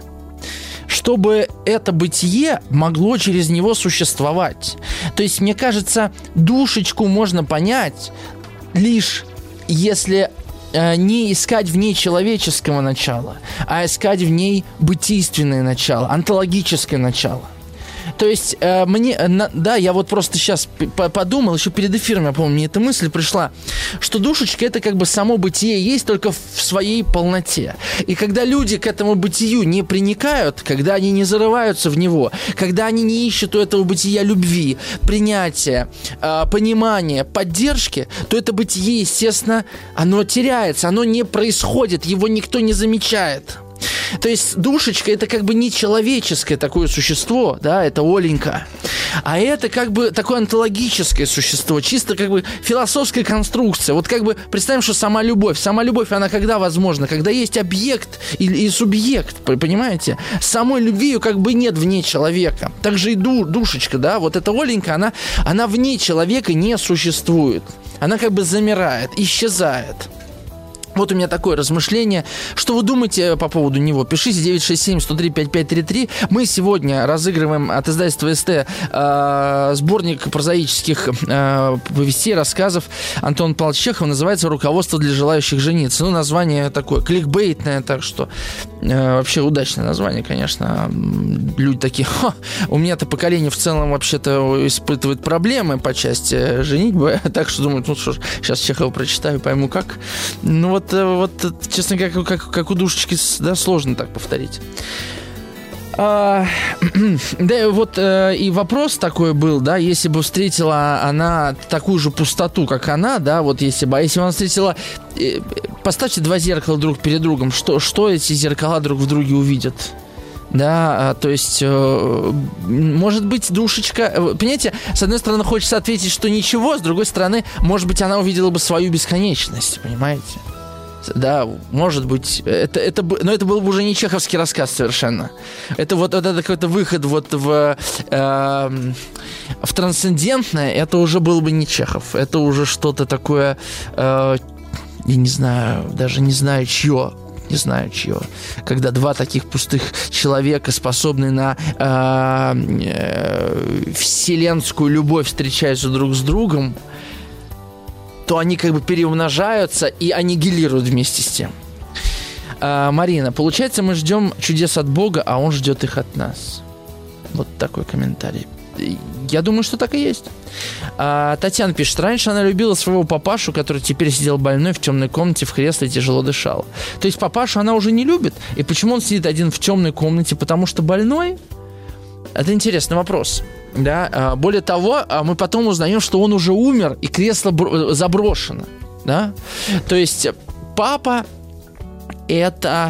Чтобы это бытие могло через него существовать. То есть, мне кажется, душечку можно понять лишь если э, не искать в ней человеческого начала, а искать в ней бытийственное начало, онтологическое начало. То есть, э, мне, на, да, я вот просто сейчас п- подумал, еще перед эфиром, я помню, мне эта мысль пришла, что душечка – это как бы само бытие есть только в своей полноте. И когда люди к этому бытию не приникают, когда они не зарываются в него, когда они не ищут у этого бытия любви, принятия, э, понимания, поддержки, то это бытие, естественно, оно теряется, оно не происходит, его никто не замечает. То есть душечка – это как бы не человеческое такое существо, да, это Оленька, а это как бы такое онтологическое существо, чисто как бы философская конструкция. Вот как бы представим, что сама любовь, сама любовь, она когда возможна? Когда есть объект и, и субъект, понимаете? Самой любви ее как бы нет вне человека. Также и ду, душечка, да, вот эта Оленька, она, она вне человека не существует. Она как бы замирает, исчезает. Вот у меня такое размышление. Что вы думаете по поводу него? Пишите девять шесть семь сто три пятьдесят пять тридцать три. Мы сегодня разыгрываем от издательства СТ э, сборник прозаических э, повестей, рассказов Антона Павловича Чехова. Называется «Руководство для желающих жениться». Ну, название такое кликбейтное, так что э, вообще удачное название, конечно. Люди такие, ха, у меня-то поколение в целом вообще-то испытывает проблемы по части женитьбы. Так что думают, ну что ж, сейчас Чехова прочитаю, пойму как. Ну вот Вот, честно, как, как, как у душечки, да, сложно так повторить. А, да, вот э, и вопрос такой был, да, если бы встретила она такую же пустоту, как она, да, вот если бы, а если бы она встретила, э, поставьте два зеркала друг перед другом, что, что эти зеркала друг в друге увидят? Да, то есть, э, может быть, душечка... Понимаете, с одной стороны, хочется ответить, что ничего, с другой стороны, может быть, она увидела бы свою бесконечность, понимаете? Да, может быть, это, это, но это был бы уже не чеховский рассказ совершенно. Это вот, вот это какой-то выход вот в, э, в трансцендентное, это уже был бы не Чехов. Это уже что-то такое, э, я не знаю, даже не знаю, чье. Не знаю, чье. Когда два таких пустых человека, способные на э, э, вселенскую любовь, встречаются друг с другом, то они как бы переумножаются и аннигилируют вместе с тем. А, Марина, получается, мы ждем чудес от Бога, а Он ждет их от нас. Вот такой комментарий. Я думаю, что так и есть. А, Татьяна пишет, раньше она любила своего папашу, который теперь сидел больной в темной комнате в кресле и тяжело дышал. То есть папашу она уже не любит. И почему он сидит один в темной комнате? Потому что больной? Это интересный вопрос. Да? Более того, мы потом узнаем, что он уже умер, и кресло заброшено. Да? То есть папа это...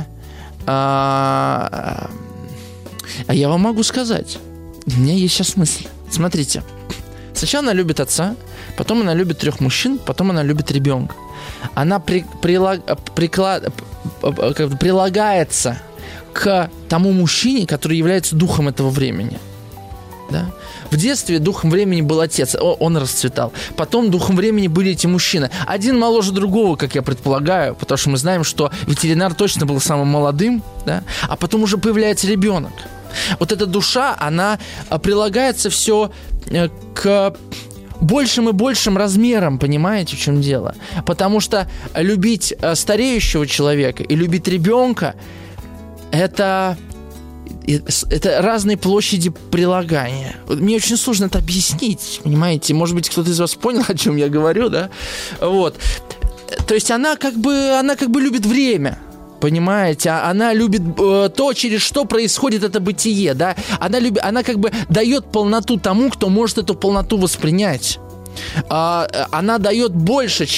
А, а я вам могу сказать. У меня есть сейчас мысль. Смотрите. Сначала она любит отца, потом она любит трех мужчин, потом она любит ребенка. Она при, прилаг, приклад, как бы прилагается к тому мужчине, который является духом этого времени. Да? В детстве духом времени был отец, он расцветал. Потом духом времени были эти мужчины. Один моложе другого, как я предполагаю, потому что мы знаем, что ветеринар точно был самым молодым, да? А потом уже появляется ребенок. Вот эта душа, она прилагается все к большим и большим размерам, понимаете, в чем дело? Потому что любить стареющего человека и любить ребенка – это... Это разные площади прилагания. Мне очень сложно это объяснить, понимаете? Может быть, кто-то из вас понял, о чем я говорю, да? Вот. То есть она как бы, она как бы любит время, понимаете? Она любит э, то, через что происходит это бытие, да? Она, любит, она как бы дает полноту тому, кто может эту полноту воспринять. Э, она дает больше, чем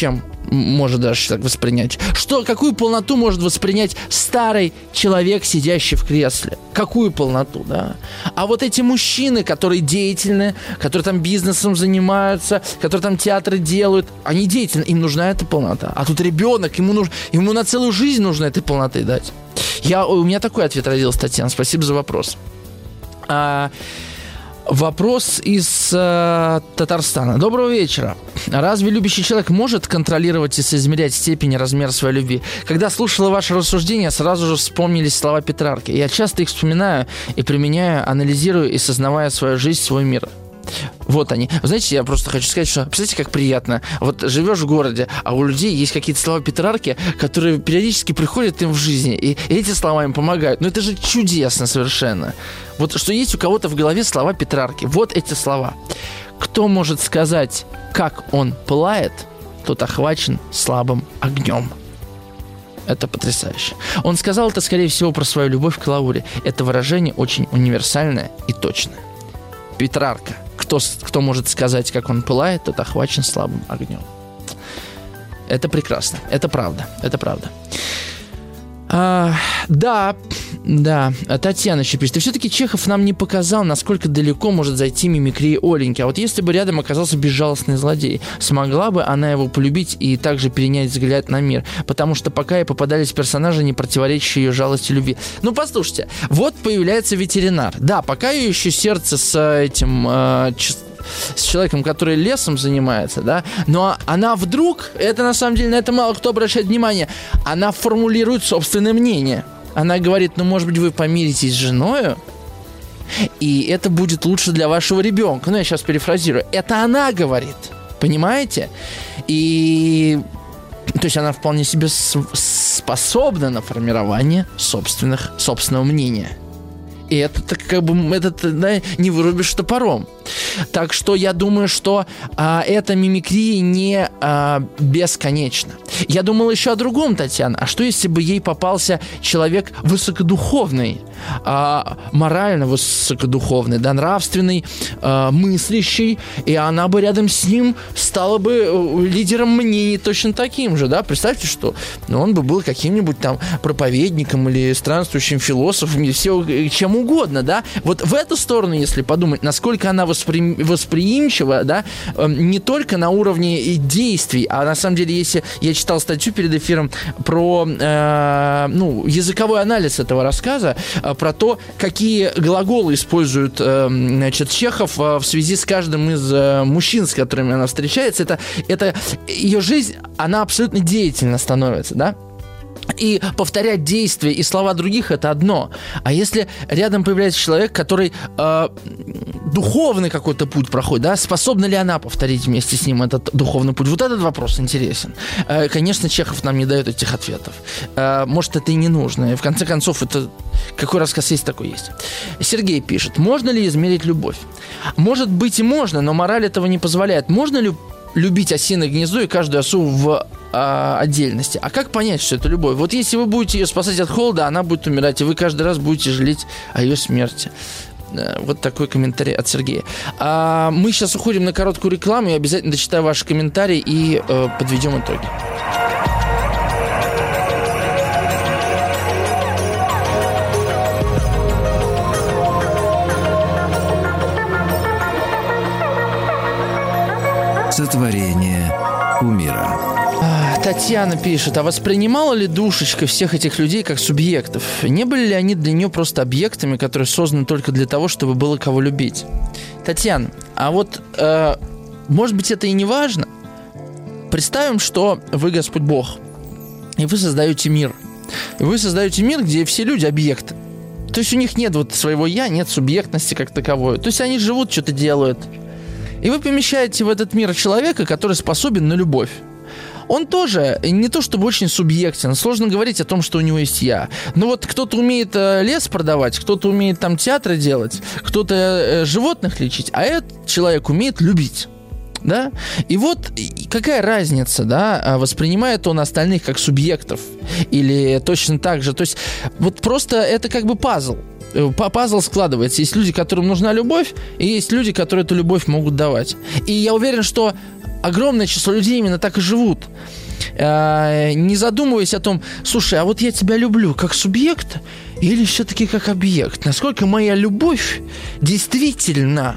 может даже так воспринять? Что, какую полноту может воспринять старый человек, сидящий в кресле? Какую полноту, да? А вот эти мужчины, которые деятельны, которые там бизнесом занимаются, которые там театры делают, они деятельны, им нужна эта полнота. А тут ребенок, ему, нужно, ему на целую жизнь нужно этой полноты дать. Я, у меня такой ответ родился, Татьяна, спасибо за вопрос. А, вопрос из э, Татарстана. Доброго вечера. Разве любящий человек может контролировать и соизмерять степень и размер своей любви? Когда слушала ваше рассуждение, сразу же вспомнились слова Петрарки. Я часто их вспоминаю и применяю, анализирую и сознавая свою жизнь, свой мир. Вот они. Вы знаете, я просто хочу сказать, что, представляете, как приятно. Вот живешь в городе, а у людей есть какие-то слова Петрарки, которые периодически приходят им в жизни, и эти слова им помогают. Ну это же чудесно совершенно. Вот что есть у кого-то в голове слова Петрарки. Вот эти слова. Кто может сказать, как он пылает, тот охвачен слабым огнем. Это потрясающе. Он сказал это, скорее всего, про свою любовь к Лауре. Это выражение очень универсальное и точное. Петрарка. Кто, кто может сказать, как он пылает, тот охвачен слабым огнем. Это прекрасно. Это правда. Это правда. А, да, да. Татьяна еще пишет. И все-таки Чехов нам не показал, насколько далеко может зайти мимикрия Оленьки. А вот если бы рядом оказался безжалостный злодей, смогла бы она его полюбить и также перенять взгляд на мир? Потому что пока и попадались персонажи, не противоречащие ее жалости и любви. Ну, послушайте. Вот появляется ветеринар. Да, пока ее еще сердце с этим... Э, с человеком, который лесом занимается, да, но она вдруг, это на самом деле, на это мало кто обращает внимание, она формулирует собственное мнение. Она говорит, ну, может быть, вы помиритесь с женою, и это будет лучше для вашего ребенка. Ну, я сейчас перефразирую. Это она говорит, понимаете? И... То есть она вполне себе способна на формирование собственных, собственного мнения. И это как бы это, да, не вырубишь топором. Так что я думаю, что а, эта мимикрия не а, бесконечна. Я думал еще о другом, Татьяна. А что, если бы ей попался человек высокодуховный, а, морально высокодуховный, да, нравственный, а, мыслящий, и она бы рядом с ним стала бы лидером мнений точно таким же, да? Представьте, что ну, он бы был каким-нибудь там проповедником или странствующим философом, или все, чем угодно, да? Вот в эту сторону, если подумать, насколько она воспри... восприимчива, да, не только на уровне действий, а на самом деле, если я читал статью перед эфиром про э, ну, языковой анализ этого рассказа, э, про то, какие глаголы использует э, значит, Чехов э, в связи с каждым из э, мужчин, с которыми она встречается, это, это ее жизнь, она абсолютно деятельно становится, да? И повторять действия и слова других – это одно. А если рядом появляется человек, который э, духовный какой-то путь проходит, да, способна ли она повторить вместе с ним этот духовный путь? Вот этот вопрос интересен. Э, конечно, Чехов нам не дает этих ответов. Э, может, это и не нужно. И в конце концов, это какой рассказ есть, такой есть. Сергей пишет. Можно ли измерить любовь? Может быть и можно, но мораль этого не позволяет. Можно ли любить осиное гнездо и каждую осу в а, отдельности? А как понять, что это любовь? Вот если вы будете ее спасать от холода, она будет умирать, и вы каждый раз будете жалеть о ее смерти. Вот такой комментарий от Сергея. А, мы сейчас уходим на короткую рекламу, я обязательно дочитаю ваши комментарии и э, подведем итоги. Сотворение кумира. Татьяна пишет, а воспринимала ли душечка всех этих людей как субъектов? Не были ли они для нее просто объектами, которые созданы только для того, чтобы было кого любить? Татьяна, а вот, э, может быть, это и не важно? Представим, что вы Господь Бог, и вы создаете мир. И вы создаете мир, где все люди объекты. То есть у них нет вот своего «я», нет субъектности как таковой. То есть они живут, что-то делают. И вы помещаете в этот мир человека, который способен на любовь. Он тоже не то чтобы очень субъектен. Сложно говорить о том, что у него есть «я». Но вот кто-то умеет э, лес продавать, кто-то умеет там театры делать, кто-то э, животных лечить, а этот человек умеет любить. Да? И вот какая разница, да, воспринимает он остальных как субъектов или точно так же. То есть вот просто это как бы пазл. Пазл складывается. Есть люди, которым нужна любовь, и есть люди, которые эту любовь могут давать. И я уверен, что огромное число людей именно так и живут. э, не задумываясь о том, слушай, а вот я тебя люблю как субъект или все-таки как объект? Насколько моя любовь действительно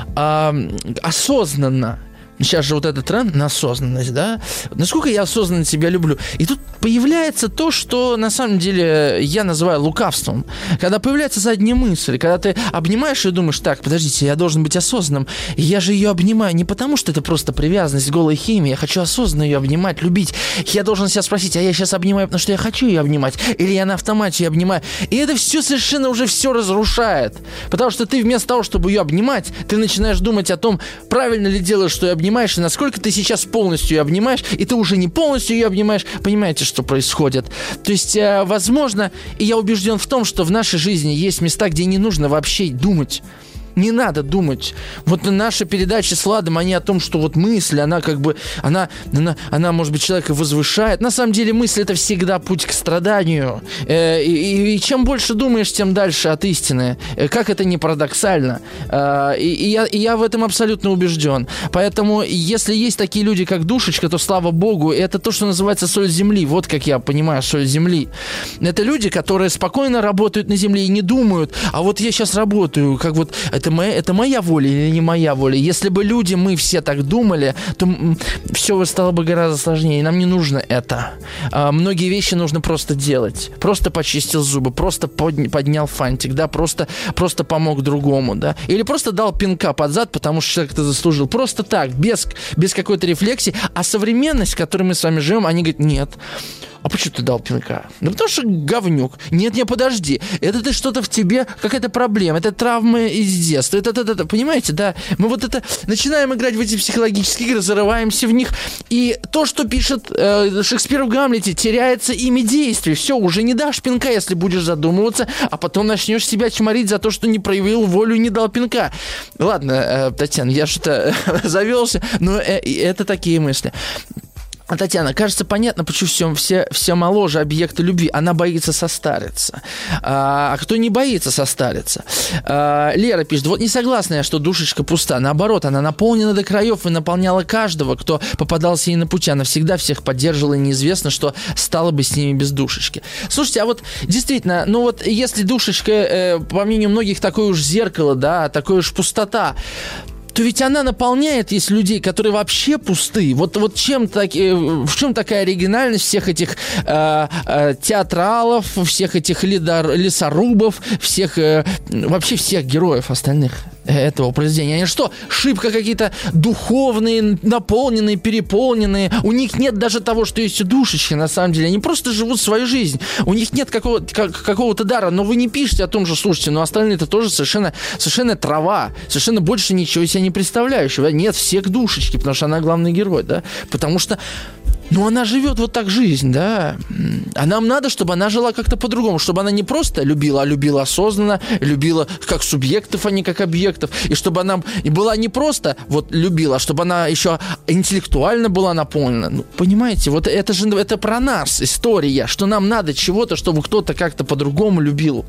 э, осознанна? Сейчас же вот этот тренд на осознанность, да? Насколько я осознанно тебя люблю. И тут появляется то, что на самом деле я называю лукавством. Когда появляется задняя мысль, когда ты обнимаешь и думаешь, так, подождите, я должен быть осознанным. И я же ее обнимаю не потому, что это просто привязанность, голая химия. Я хочу осознанно ее обнимать, любить. Я должен себя спросить, а я сейчас обнимаю, потому что я хочу ее обнимать? Или я на автомате ее обнимаю? И это все совершенно уже все разрушает. Потому что ты вместо того, чтобы ее обнимать, ты начинаешь думать о том, правильно ли делаешь, что ее обнимаешь, и насколько ты сейчас полностью ее обнимаешь, и ты уже не полностью ее обнимаешь. Понимаете, что происходит? То есть, э, возможно, и я убежден в том, что в нашей жизни есть места, где не нужно вообще думать. Не надо думать. Вот наши передачи с Владом, они о том, что вот мысль, она как бы, она, она, она может быть, человека возвышает. На самом деле мысль — это всегда путь к страданию. Э, и, и чем больше думаешь, тем дальше от истины. Э, как это не парадоксально. Э, и, и, я, и я в этом абсолютно убежден. Поэтому, если есть такие люди, как Душечка, то, слава богу, это то, что называется соль земли. Вот как я понимаю соль земли. Это люди, которые спокойно работают на земле и не думают, а вот я сейчас работаю, как вот это моя, это моя воля или не моя воля. Если бы люди, мы все так думали, то все стало бы гораздо сложнее. И нам не нужно это. А, многие вещи нужно просто делать. Просто почистил зубы, просто под, поднял фантик, да, просто, просто помог другому, да. Или просто дал пинка под зад, потому что человек это заслужил. Просто так, без, без какой-то рефлексии. А современность, в которой мы с вами живем, они говорят, нет. А почему ты дал пинка? Ну, потому что говнюк. Нет, не, подожди. Это ты что-то в тебе, какая-то проблема. Это травмы из детства. Это, это, это, понимаете, да? Мы вот это начинаем играть в эти психологические игры, зарываемся в них. И то, что пишет э, Шекспир в Гамлете, теряется ими действие. Все, уже не дашь пинка, если будешь задумываться, а потом начнешь себя чморить за то, что не проявил волю и не дал пинка. Ладно, э, Татьяна, я что-то завелся, но э, это такие мысли. Татьяна, кажется, понятно, почему все, все, все моложе объекты любви. Она боится состариться. А, а кто не боится состариться? А, Лера пишет, вот не согласна я, что Душечка пуста. Наоборот, она наполнена до краев и наполняла каждого, кто попадался ей на пути. Она всегда всех поддерживала, и неизвестно, что стало бы с ними без Душечки. Слушайте, а вот действительно, ну вот если Душечка, э, по мнению многих, такое уж зеркало, да, такое уж пустота, то ведь она наполняет, есть людей, которые вообще пустые. Вот, вот чем так, в чем такая оригинальность всех этих э, э, театралов, всех этих лидор, лесорубов, всех, э, вообще всех героев остальных этого произведения? Они что, шибко какие-то духовные, наполненные, переполненные? У них нет даже того, что есть у Душечки, на самом деле. Они просто живут свою жизнь. У них нет какого- как- какого-то дара. Но вы не пишете о том же, слушайте, но остальные-то тоже совершенно, совершенно трава, совершенно больше ничего себе не представляющего. Нет, все к Душечке, потому что она главный герой, да? Потому что ну, она живет вот так жизнь, да. А нам надо, чтобы она жила как-то по-другому, чтобы она не просто любила, а любила осознанно, любила как субъектов, а не как объектов. И чтобы она и была не просто вот любила, а чтобы она еще интеллектуально была наполнена. Ну, понимаете, вот это же это про нас история, что нам надо чего-то, чтобы кто-то как-то по-другому любил.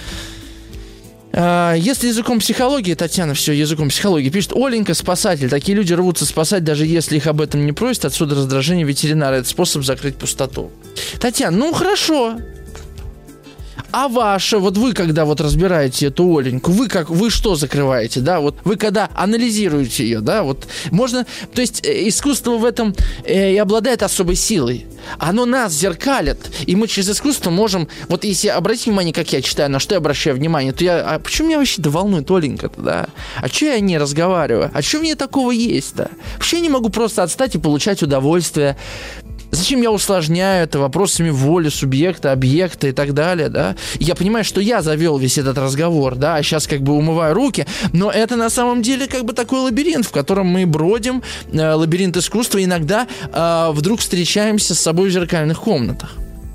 Если языком психологии, Татьяна все языком психологии пишет, Оленька, спасатель. Такие люди рвутся спасать, даже если их об этом не просят. Отсюда раздражение ветеринара. Это способ закрыть пустоту. Татьяна, ну хорошо. А ваша, вот вы, когда вот разбираете эту Оленьку, вы как, вы что закрываете, да, вот вы когда анализируете ее, да, вот можно, то есть искусство в этом э, и обладает особой силой. Оно нас зеркалит, и мы через искусство можем, вот если обратите внимание, как я читаю, на что я обращаю внимание, то я, а почему меня вообще волнует Оленька-то, да? А что я не разговариваю? А что в ней такого есть-то? Почему я не могу просто отстать и получать удовольствие? Зачем я усложняю это вопросами воли субъекта, объекта и так далее, да? Я понимаю, что я завел весь этот разговор, да, а сейчас как бы умываю руки, но это на самом деле как бы такой лабиринт, в котором мы бродим, э, лабиринт искусства, иногда э, вдруг встречаемся с собой в зеркальных комнатах.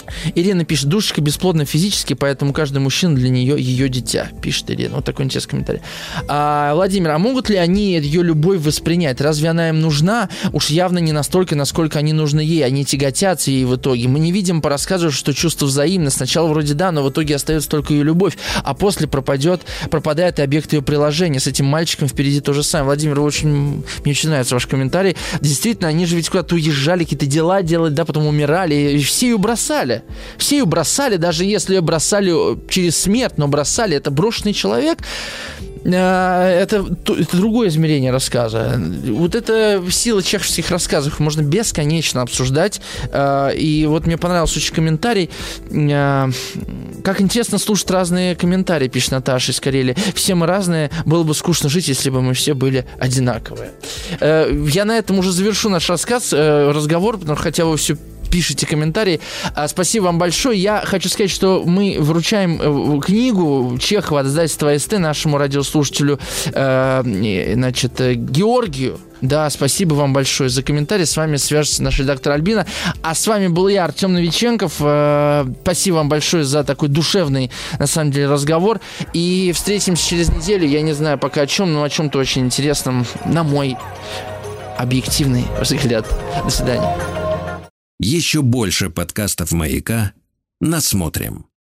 Ирина пишет, душечка бесплодна физически, поэтому каждый мужчина для нее ее дитя, пишет Ирина. Вот такой интересный комментарий. А, Владимир, а могут ли они ее любовь воспринять? Разве она им нужна? Уж явно не настолько, насколько они нужны ей. Они тяготятся ей в итоге. Мы не видим по рассказу, что чувство взаимно. Сначала вроде да, но в итоге остается только ее любовь, а после пропадет, пропадает и объект ее приложения. С этим мальчиком впереди то же самое. Владимир, вы очень, мне очень нравится ваш комментарий. Действительно, они же ведь куда-то уезжали, какие-то дела делать, да, потом умирали, и все ее бросали. Все ее бросали, даже если ее бросали через смерть, но бросали. Это брошенный человек. Это, это другое измерение рассказа. Вот это сила чеховских рассказов можно бесконечно обсуждать. И вот мне понравился очень комментарий. Как интересно слушать разные комментарии, пишет Наташа из Карелии. Все мы разные, было бы скучно жить, если бы мы все были одинаковые. Я на этом уже завершу наш рассказ, разговор, хотя вы все пишите комментарии. Спасибо вам большое. Я хочу сказать, что мы вручаем книгу Чехова от издательства СТ нашему радиослушателю, э, значит, Георгию. Да, спасибо вам большое за комментарий. С вами свяжется наш редактор Альбина. А с вами был я, Артем Новиченков. Э, спасибо вам большое за такой душевный, на самом деле, разговор. И встретимся через неделю. Я не знаю пока о чем, но о чем-то очень интересном, на мой объективный взгляд. До свидания. Еще больше подкастов «Маяка» насмотрим.